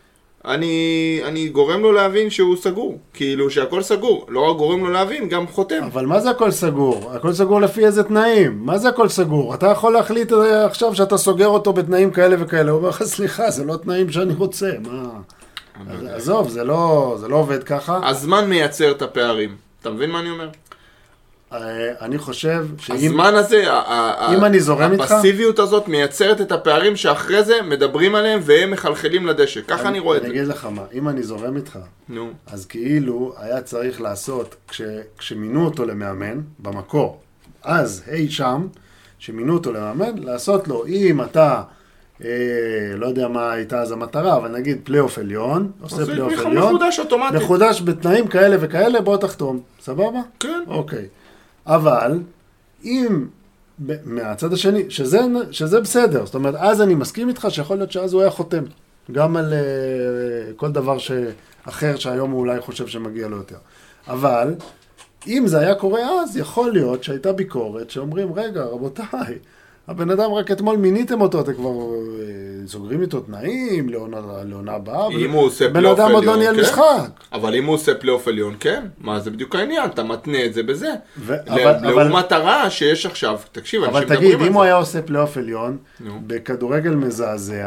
אני, אני גורם לו להבין שהוא סגור. כאילו שהכל סגור. לא רק גורם לו להבין, גם חותם. אבל מה זה הכל סגור? הכל סגור לפי איזה תנאים? מה זה הכל סגור? אתה יכול להחליט אה, עכשיו שאתה סוגר אותו בתנאים כאלה וכאלה. הוא אומר לך, סליחה, זה לא תנאים שאני רוצה. מה? אז, עזוב, זה לא, זה לא עובד ככה. הזמן מייצר את הפערים. אתה מבין מה אני אומר? אה, אני חושב שאם... הזמן הזה, ה- ה- אם אני זורם איתך- הפסיביות הזאת מייצרת את הפערים שאחרי זה מדברים עליהם והם מחלחלים לדשא. ככה אני רואה את אני זה. אגיד לך מה, אם אני זורם איתך, נו. אז כאילו היה צריך לעשות, כש, כשמינו אותו למאמן, במקור, אז אי שם, שמינו אותו למאמן, לעשות לו, אם אתה, אה, לא יודע מה הייתה אז המטרה, אבל נגיד פלייאוף עליון, עושה אז פלייאוף בכלל עליון, מחודש אוטומטית. מחודש בתנאים כאלה וכאלה, בוא תחתום, סבבה? כן. אוקיי. אבל, אם, ב- מהצד השני, שזה, שזה בסדר, זאת אומרת, אז אני מסכים איתך שיכול להיות שאז הוא היה חותם, גם על uh, כל דבר ש... אחר שהיום הוא אולי חושב שמגיע לו יותר. אבל, אם זה היה קורה אז, יכול להיות שהייתה ביקורת שאומרים, רגע, רבותיי, הבן אדם רק אתמול מיניתם אותו, אתם כבר uh, סוגרים איתו תנאים, לעונה, לעונה הבאה. אם הוא עושה בן פלייאוף אדם עוד לא עליון, ניהל כן. משחק. אבל אם הוא עושה פלייאוף עליון, כן. מה, זה בדיוק העניין, אתה מתנה את זה בזה. ו- ל- אבל- לעומת הרע שיש עכשיו. תקשיב, אבל אנשים תגיד, מדברים על אם זה. הוא היה עושה פלייאוף עליון, נו. בכדורגל מזעזע,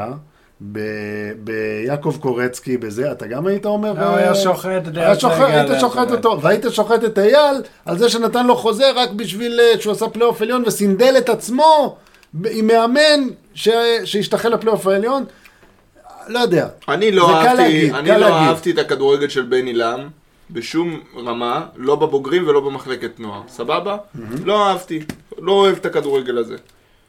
ב- ביעקב קורצקי, בזה, אתה גם היית אומר... לא, הוא היה שוחט, אתה יודע, היה זה שוחט, הגיע היית שוחט לאחורי. אותו, והיית שוחט את אייל על זה שנתן לו חוזה רק בשביל אה, שהוא עשה פלייאוף עליון וסינדל את עצמו ב- עם מאמן ש- שהשתחל לפלייאוף העליון. לא יודע. אני לא זה קל אהבתי, להגיד, אני קל לא להגיד. אהבתי את הכדורגל של בני לם בשום רמה, לא בבוגרים ולא במחלקת נוער, סבבה? לא אהבתי, לא אוהב את הכדורגל הזה.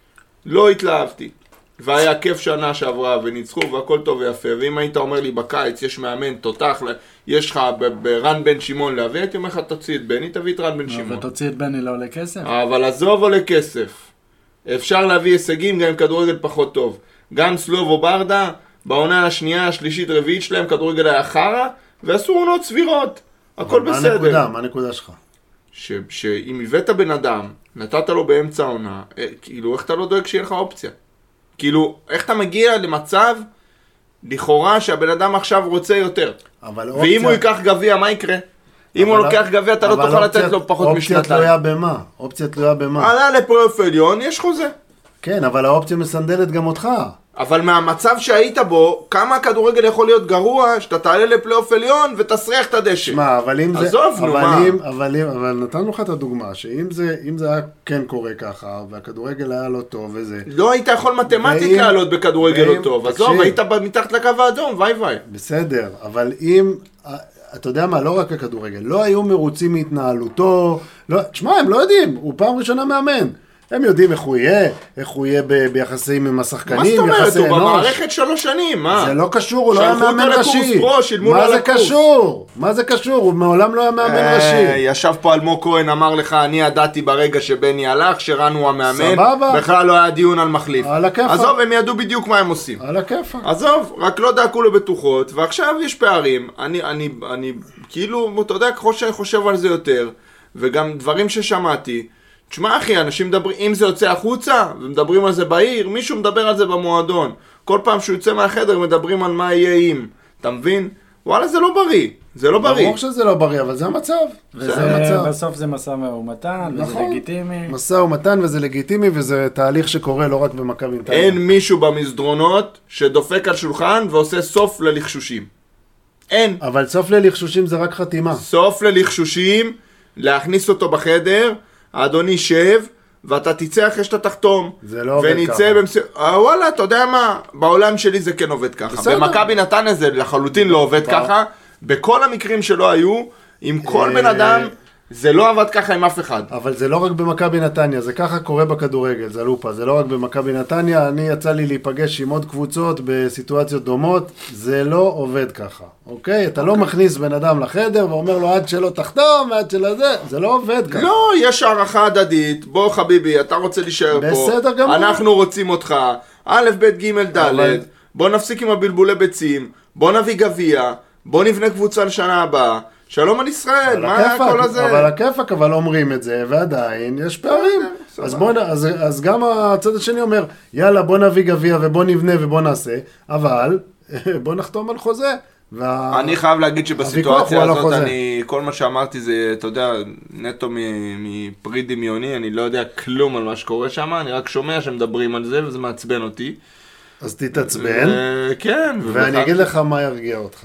לא התלהבתי. והיה כיף שנה שעברה וניצחו והכל טוב ויפה, ואם היית אומר לי בקיץ יש מאמן תותח, יש לך ב- ברן בן שמעון להביא, הייתי אומר לך תוציא את בני, תביא את רן בן שמעון. ותוציא את בני לא עולה כסף. אבל עזוב עולה כסף. אפשר להביא הישגים גם עם כדורגל פחות טוב. גם סלובו ברדה, בעונה השנייה, השלישית, רביעית שלהם, כדורגל היה חרא, ועשו עונות סבירות. הכל מה בסדר. הנקודה? מה הנקודה שלך? ש- שאם הבאת בן אדם, נתת לו באמצע העונה, אה, כאילו, איך אתה לא דואג שיהיה לך אופציה? כאילו, איך אתה מגיע למצב, לכאורה, שהבן אדם עכשיו רוצה יותר? אבל ואם אופציה- הוא ייקח גביע, מה יקרה? אם הוא אבל- לוקח גביע, אתה לא אבל תוכל אופציה- לתת לו פחות אופציה משנתיים. תלויה במה? אופציה תלויה במה? עלה לפלייאוף עליון, יש חוזה. כן, אבל האופציה מסנדלת גם אותך. אבל מהמצב שהיית בו, כמה הכדורגל יכול להיות גרוע, שאתה תעלה לפלייאוף עליון ותסריח את הדשא. שמע, אבל אם זה... עזוב, נו, אבל מה? אם, אבל אם, אבל נתנו לך את הדוגמה, שאם זה, אם זה היה כן קורה ככה, והכדורגל היה לא טוב וזה, לא היית יכול מתמטיקה ואם- לעלות בכדורגל ואם- לא טוב. תקשיב. עזוב, היית מתחת לקו האדום, ביי ביי. בסדר, אבל אם, אתה יודע מה, לא רק הכדורגל, לא היו מרוצים מהתנהלותו, לא, תשמע, הם לא יודעים, הוא פעם ראשונה מאמן. הם יודעים איך הוא יהיה, איך הוא יהיה ב- ביחסים עם השחקנים, מה זאת אומרת? יחסי הוא אנוש. במערכת שלוש שנים, מה? זה לא קשור, הוא לא היה שלחו אותו מאמן לקורס ראשי. פרו, שילמו לו מה על זה הקורס. קשור? מה זה קשור? הוא מעולם לא היה מאמן אה, ראשי. ישב פה אלמוג כהן, אמר לך, אני ידעתי ברגע שבני הלך, שרן הוא המאמן. סבבה. בכלל לא היה דיון על מחליף. על הכיפאק. עזוב, הם ידעו בדיוק מה הם עושים. על הכיפאק. עזוב, רק לא דאגו לבטוחות, ועכשיו יש פערים. אני, אני, אני, כאילו, אתה יודע, ככל שאני חושב על זה יותר, וגם דברים ששמעתי, תשמע אחי, אנשים מדברים, אם זה יוצא החוצה, ומדברים על זה בעיר, מישהו מדבר על זה במועדון. כל פעם שהוא יוצא מהחדר, מדברים על מה יהיה אם. אתה מבין? וואלה, זה לא בריא. זה לא בריא. ברור שזה לא בריא, אבל זה המצב. זה וזה, המצב. בסוף זה מסע ומתן, וזה נכון. לגיטימי. משא ומתן וזה לגיטימי, וזה תהליך שקורה לא רק במכבי נתניה. אין מישהו במסדרונות שדופק על שולחן ועושה סוף ללחשושים. אין. אבל סוף ללחשושים זה רק חתימה. סוף ללחשושים, להכניס אותו בחדר, האדוני שב, ואתה תצא אחרי שאתה תחתום. זה לא עובד ונצא ככה. במס... אה, וואלה, אתה יודע מה? בעולם שלי זה כן עובד ככה. בסדר. במכבי נתניה זה לחלוטין לא עובד ב- ככה. בכל המקרים שלא היו, עם כל אה, בן אדם, זה לא עבד ככה עם אף אחד. אבל זה לא רק במכבי נתניה, זה ככה קורה בכדורגל, זה לופה, זה לא רק במכבי נתניה, אני יצא לי להיפגש עם עוד קבוצות בסיטואציות דומות, זה לא עובד ככה, אוקיי? אתה לא מכניס בן אדם לחדר ואומר לו עד שלא תחתום, עד שלא זה, זה לא עובד ככה. לא, יש הערכה הדדית, בוא חביבי, אתה רוצה להישאר פה. בסדר גמור. אנחנו רוצים אותך, א', ב', ג', ד', אבל- בוא נפסיק עם הבלבולי ביצים, בוא נביא גביע, בוא נבנה קבוצה לשנה הבאה. שלום על ישראל, אבל מה הכיפאק, כל הזה? אבל הכיפאק, אבל אומרים את זה, ועדיין יש פערים. בסדר, אז, סבבה. בוא, נ- אז, אז גם הצד השני אומר, יאללה בוא נביא גביע ובוא נבנה ובוא נעשה, אבל בוא נחתום על חוזה. וה... אני חייב להגיד הוויכוח שבסיטואציה הוא על הזאת, החוזה. אני, כל מה שאמרתי זה, אתה יודע, נטו מ- מפרי דמיוני, אני לא יודע כלום על מה שקורה שם, אני רק שומע שמדברים על זה וזה מעצבן אותי. אז תתעצבן, ו- כן. ואני ובכלל- אגיד לך מה ירגיע אותך.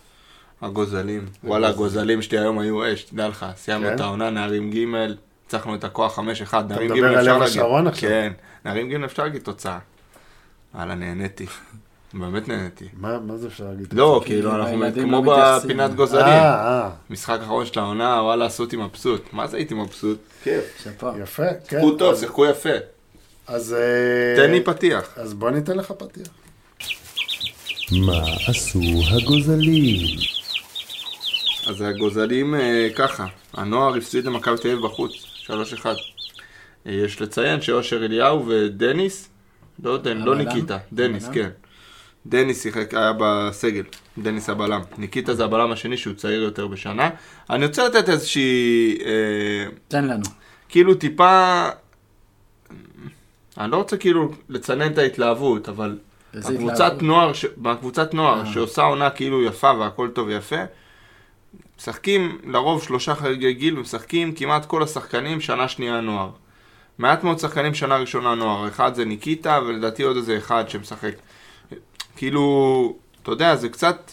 הגוזלים. וואלה, הגוזלים שלי היום היו אש, תדע לך. סיימנו כן? את העונה, נערים ג', הצלחנו את הכוח חמש אחד, נערים ג' מדבר על אפשר לב להגיד. השרון עכשיו? כן, נערים ג' אפשר להגיד תוצאה. וואלה, נהניתי. באמת נהניתי. מה, מה זה אפשר להגיד? לא, כאילו, אנחנו הילדים כמו לא מתייחסים. בפינת גוזלים. אה, אה, משחק אחרון של העונה, וואלה, עשו אותי מבסוט. מה זה הייתי מבסוט? כיף. שפה. יפה, כן. שיחקו טוב, אז- שיחקו יפה. אז... אה, תן לי פתיח. אז בוא ניתן לך פתיח. מה עשו הגוזלים? אז הגוזלים אה, ככה, הנוער הפסיד למכבי תל אביב בחוץ, שלוש אחד. אה, יש לציין שאושר אליהו ודניס, לא, דן, לא הבלם? ניקיטה, דניס, הבלם? כן. דניס שיחק, היה בסגל, דניס הבלם. ניקיטה זה הבלם השני שהוא צעיר יותר בשנה. אני רוצה לתת איזושהי, אה, תן לנו. כאילו טיפה, אני לא רוצה כאילו לצנן את ההתלהבות, אבל איזה הקבוצת התלהבות? נוער, ש... בקבוצת נוער אה. שעושה עונה כאילו יפה והכל טוב ויפה, משחקים לרוב שלושה חריגי גיל ומשחקים כמעט כל השחקנים שנה שנייה נוער. מעט מאוד שחקנים שנה ראשונה נוער, אחד זה ניקיטה ולדעתי עוד איזה אחד שמשחק. כאילו, אתה יודע, זה קצת,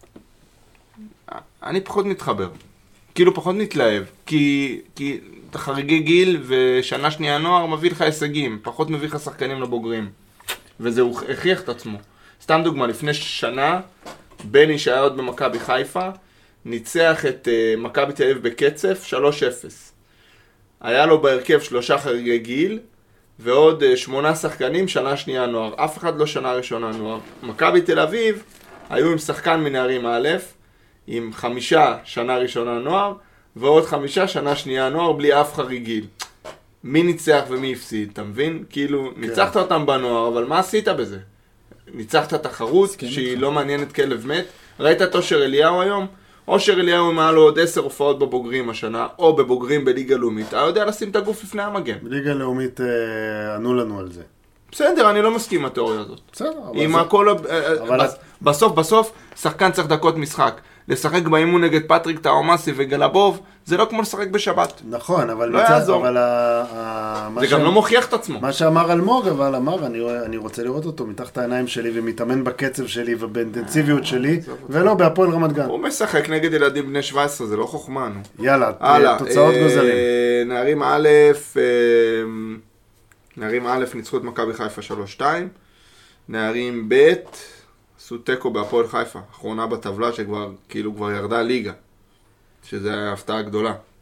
אני פחות מתחבר, כאילו פחות מתלהב, כי, כי אתה חריגי גיל ושנה שנייה נוער מביא לך הישגים, פחות מביא לך שחקנים לבוגרים. וזה הוא הכריח את עצמו. סתם דוגמה, לפני שנה, בני שהיה עוד במכבי חיפה, ניצח את uh, מכבי תל אביב בקצף שלוש אפס. היה לו בהרכב שלושה חריגי גיל, ועוד uh, שמונה שחקנים שנה שנייה נוער. אף אחד לא שנה ראשונה נוער. מכבי תל אביב היו עם שחקן מנערים א', עם חמישה שנה ראשונה נוער, ועוד חמישה שנה שנייה נוער בלי אף חריג גיל. מי ניצח ומי הפסיד, אתה מבין? כאילו, כן. ניצחת אותם בנוער, אבל מה עשית בזה? ניצחת תחרות שהיא איתך. לא מעניינת כלב מת. ראית את אושר אליהו היום? אושר אליהו אם היה לו עוד עשר הופעות בבוגרים השנה, או בבוגרים בליגה לאומית, היה יודע לשים את הגוף לפני המגן. בליגה לאומית אה, ענו לנו על זה. בסדר, אני לא מסכים עם התיאוריה הזאת. בסדר, אבל עם זה... הכל... אבל בס... בסוף, בסוף, שחקן צריך דקות משחק. לשחק באימון נגד פטריק טאומאסי וגלבוב, זה לא כמו לשחק בשבת. נכון, אבל... לא מצד... יעזור. אבל ה... ה... זה גם לא מוכיח את עצמו. מה שאמר אלמוג, אבל אמר, אני, אני רוצה לראות אותו מתחת העיניים שלי ומתאמן בקצב שלי ובאינטנסיביות שלי, ולא בהפועל רמת גן. הוא משחק נגד ילדים בני שבע עשרה, זה לא חוכמה, נו. יאללה, הלאה, תוצאות אה, גוזלים. נערים א', אה, נערים א' ניצחו את מכבי חיפה שלוש שתיים, נערים ב' עשו תיקו בהפועל חיפה, אחרונה בטבלה שכבר, כאילו כבר ירדה ליגה, שזה היה הפתעה גדולה.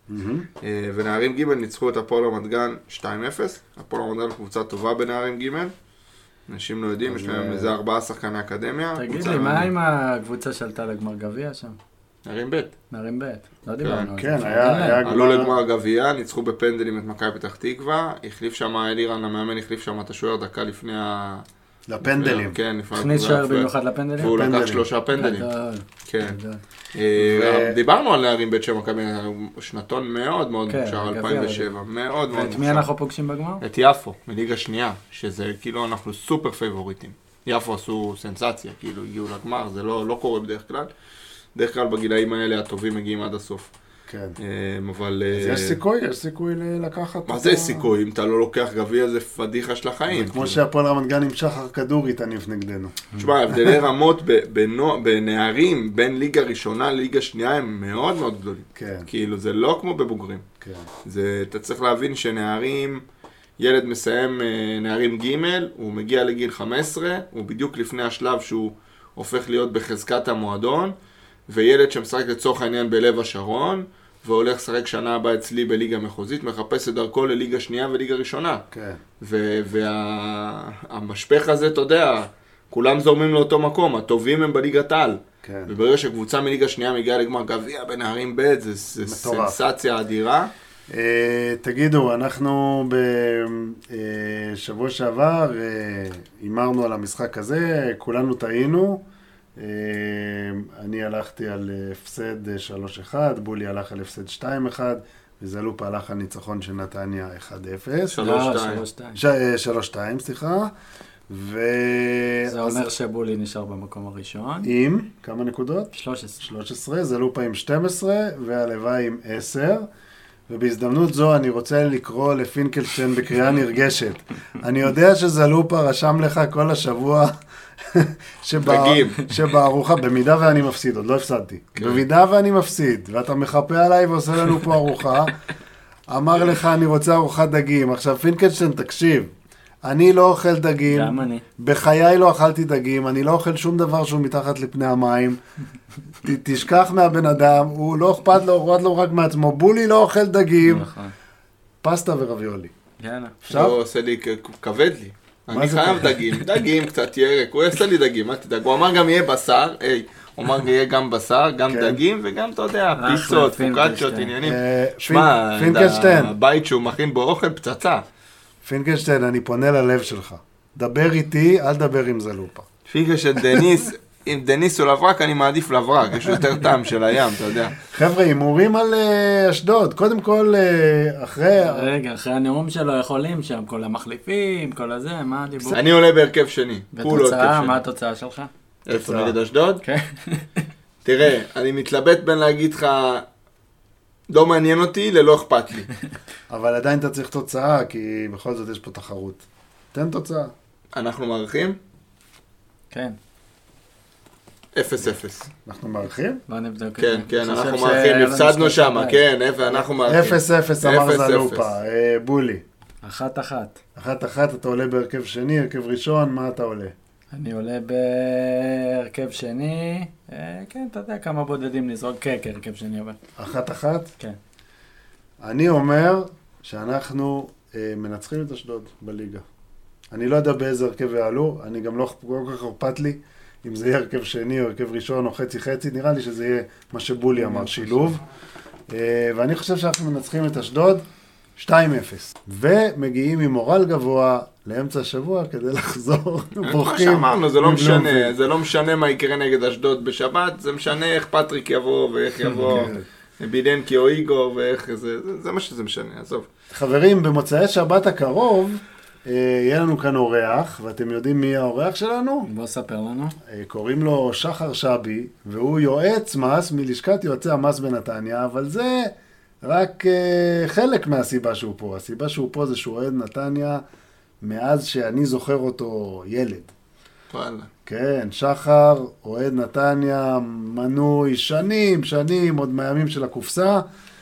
ונערים ג' ניצחו את הפועל רמת גן שתיים אפס. הפועל רמת גן קבוצה טובה בנערים ג'. אנשים לא יודעים, יש להם איזה ארבעה שחקני אקדמיה. תגיד לי, מה עם הקבוצה שעלתה לגמר גביע שם? נערים ב'. נערים ב', לא דיברנו על זה. כן, היה... עלו לגמר גביע, ניצחו בפנדלים את מכבי פתח תקווה, החליף שם, אלירן המאמן החליף שם את השוער דקה לפני ה... לפנדלים. כן, לפני... הכניס שוער במיוחד לפנדלים? והוא לקח שלושה פנדלים. גדול. כן. דיברנו על נערים ב' שם מכבי, שנתון מאוד מאוד מוכשר, אלפיים ושבע, מאוד מאוד ואת מי אנחנו פוגשים בגמר? את יפו, מליגה שנייה, שזה כאילו אנחנו סופר פייבוריטים. יפו עשו סנסציה, כאילו הגיעו לגמר, זה לא קורה בדרך כלל. בדרך כלל בגילאים האלה הטובים מגיעים עד הסוף. כן. אבל... אז יש סיכוי, יש סיכוי לקחת... מה זה סיכוי? אם אתה לא לוקח גביע זה פדיחה של החיים. כמו שהפועל רמת גן עם שחר כדורי תניף נגדנו. תשמע, הבדלי רמות בנערים בין ליגה ראשונה לליגה שנייה הם מאוד מאוד גדולים. כן. כאילו זה לא כמו בבוגרים. כן. זה, אתה צריך להבין שנערים, ילד מסיים נערים ג', הוא מגיע לגיל חמש עשרה, הוא בדיוק לפני השלב שהוא הופך להיות בחזקת המועדון, וילד שמשחק לצורך העניין בלב השרון, והולך לשחק שנה הבאה אצלי בליגה מחוזית, מחפש את דרכו לליגה שנייה וליגה ראשונה. כן. והמשפך הזה, אתה יודע, כולם זורמים לאותו מקום, הטובים הם בליגת העל. כן. וברגע שקבוצה מליגה שנייה מגיעה לגמר גביע בנערים ב' זה, זה סנסציה אדירה. Uh, תגידו, אנחנו בשבוע uh, שעבר uh, אמרנו על המשחק הזה, כולנו טעינו. Uh, אני הלכתי על הפסד שלוש אחד, בולי הלך על הפסד שתיים אחד, וזלופה הלך על ניצחון של נתניה אחד אפס. שלוש שתיים, סליחה. ו... זה אומר שבולי נשאר במקום הראשון. עם כמה נקודות? שלוש עשרה. שלוש עשרה, זלופה עם שתים עשרה, והלוואי עם עשר. ובהזדמנות זו אני רוצה לקרוא לפינקלשטיין בקריאה נרגשת. אני יודע שזלופה רשם לך כל השבוע שבארוחה, במידה ואני מפסיד, עוד לא הפסדתי, במידה ואני מפסיד, ואתה מחפה עליי ועושה לנו פה ארוחה, אמר לך אני רוצה ארוחת דגים. עכשיו פינקלשטיין תקשיב, אני לא אוכל דגים, גם אני. בחיי לא אכלתי דגים, אני לא אוכל שום דבר שהוא מתחת לפני המים, ת, תשכח מהבן אדם, הוא לא אכפת לו, הוא לא רק מעצמו, בולי לא אוכל דגים, נכון. פסטה ורביולי. יאללה. עכשיו? הוא עושה לי, כבד לי. אני חייב דגים, דגים, קצת ירק, הוא יעשה לי דגים, אל תדאג. הוא אמר גם יהיה בשר, היי, הוא אמר יהיה גם בשר, גם דגים, וגם אתה יודע, פיצות, פוקצ'ות, עניינים. שמע, הבית שהוא מכין בו אוכל פצצה. פינקלשטיין, אני פונה ללב שלך. דבר איתי, אל דבר עם זלופה. פינקלשטיין, דניס, אם דניס הוא לברק, אני מעדיף לברק, יש יותר טעם של הים, אתה יודע. חבר'ה, הימורים על אשדוד, קודם כל, אחרי... רגע, אחרי הנאום שלו יכולים שם, כל המחליפים, כל הזה, מה הדיבור? אני עולה בהרכב שני. בתוצאה, מה התוצאה שלך? איפה, נגד אשדוד? כן. תראה, אני מתלבט בין להגיד לך, לא מעניין אותי, ללא אכפת לי. אבל עדיין אתה צריך תוצאה, כי בכל זאת יש פה תחרות. תן תוצאה. אנחנו מערכים? כן. אפס אפס. אנחנו מערכים? בוא נבדוק. כן, כן, אנחנו מערכים, הפסדנו שם, כן, אנחנו מערכים. אפס אפס אמר זלופה, בולי. אחת אחת. אחת אחת, אתה עולה בהרכב שני, הרכב ראשון, מה אתה עולה? אני עולה בהרכב שני, כן, אתה יודע כמה בודדים נזרוק, כן, כן, הרכב שני אבל. אחת אחת? כן. אני אומר שאנחנו מנצחים את אשדוד בליגה. אני לא יודע באיזה הרכב יעלו, אני גם לא כל כך אכפת לי אם זה יהיה הרכב שני או הרכב ראשון או חצי חצי, נראה לי שזה יהיה מה שבולי אמר, שילוב. ואני חושב שאנחנו מנצחים את אשדוד שתיים אפס. ומגיעים עם מורל גבוה לאמצע השבוע כדי לחזור. כמו שאמרנו, זה לא משנה, זה לא משנה מה יקרה נגד אשדוד בשבת, זה משנה איך פטריק יבוא ואיך יבוא בילנקי או איגור ואיך זה, זה מה שזה משנה, עזוב. חברים, במוצאי שבת הקרוב, יהיה לנו כאן אורח, ואתם יודעים מי האורח שלנו? בוא ספר לנו. קוראים לו שחר שבי, והוא יועץ מס מלשכת יועצי המס בנתניה, אבל זה רק חלק מהסיבה שהוא פה. הסיבה שהוא פה זה שהוא אוהד נתניה מאז שאני זוכר אותו ילד. וואלה. כן, שחר, אוהד נתניה, מנוי שנים, שנים, עוד מהימים של הקופסה,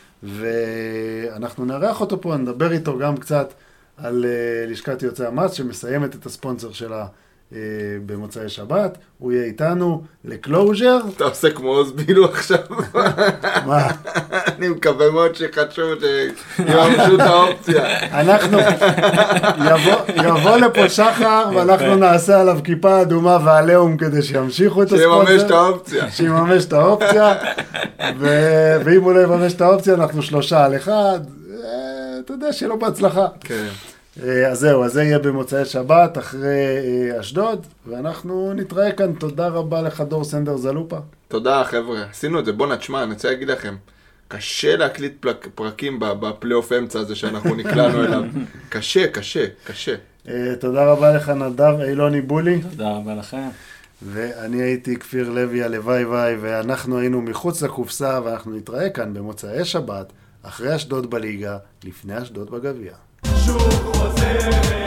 ואנחנו נארח אותו פה, נדבר איתו גם קצת על uh, לשכת יוצאי המס, שמסיימת את הספונסר שלה במוצאי שבת, הוא יהיה איתנו לקלוז'ר. אתה עושה כמו אוזבילו עכשיו. מה? אני מקווה מאוד שחשוב שיממשו את האופציה. אנחנו, יבוא לפה שחר, ואנחנו נעשה עליו כיפה אדומה ועליהום כדי שימשיכו את הספונסר. שיממש את האופציה. שיממש את האופציה, ואם הוא לא יממש את האופציה, אנחנו שלושה על אחד. אתה יודע, שיהיה לו בהצלחה. כן. אז זהו, אז זה יהיה במוצאי שבת אחרי אשדוד, ואנחנו נתראה כאן. תודה רבה לך דור סנדר זלופה. תודה חבר'ה, עשינו את זה. בוא נתשמע, אני רוצה להגיד לכם, קשה להקליט פלק, פרקים בפלייאוף אמצע הזה שאנחנו נקלענו אליו. קשה, קשה, קשה. תודה רבה לך נדב אילוני בולי. תודה רבה לכם. ואני הייתי כפיר לוי הלוואי וואי, ואנחנו היינו מחוץ לקופסה, ואנחנו נתראה כאן במוצאי שבת, אחרי אשדוד בליגה, לפני אשדוד בגביע. שוב חוזר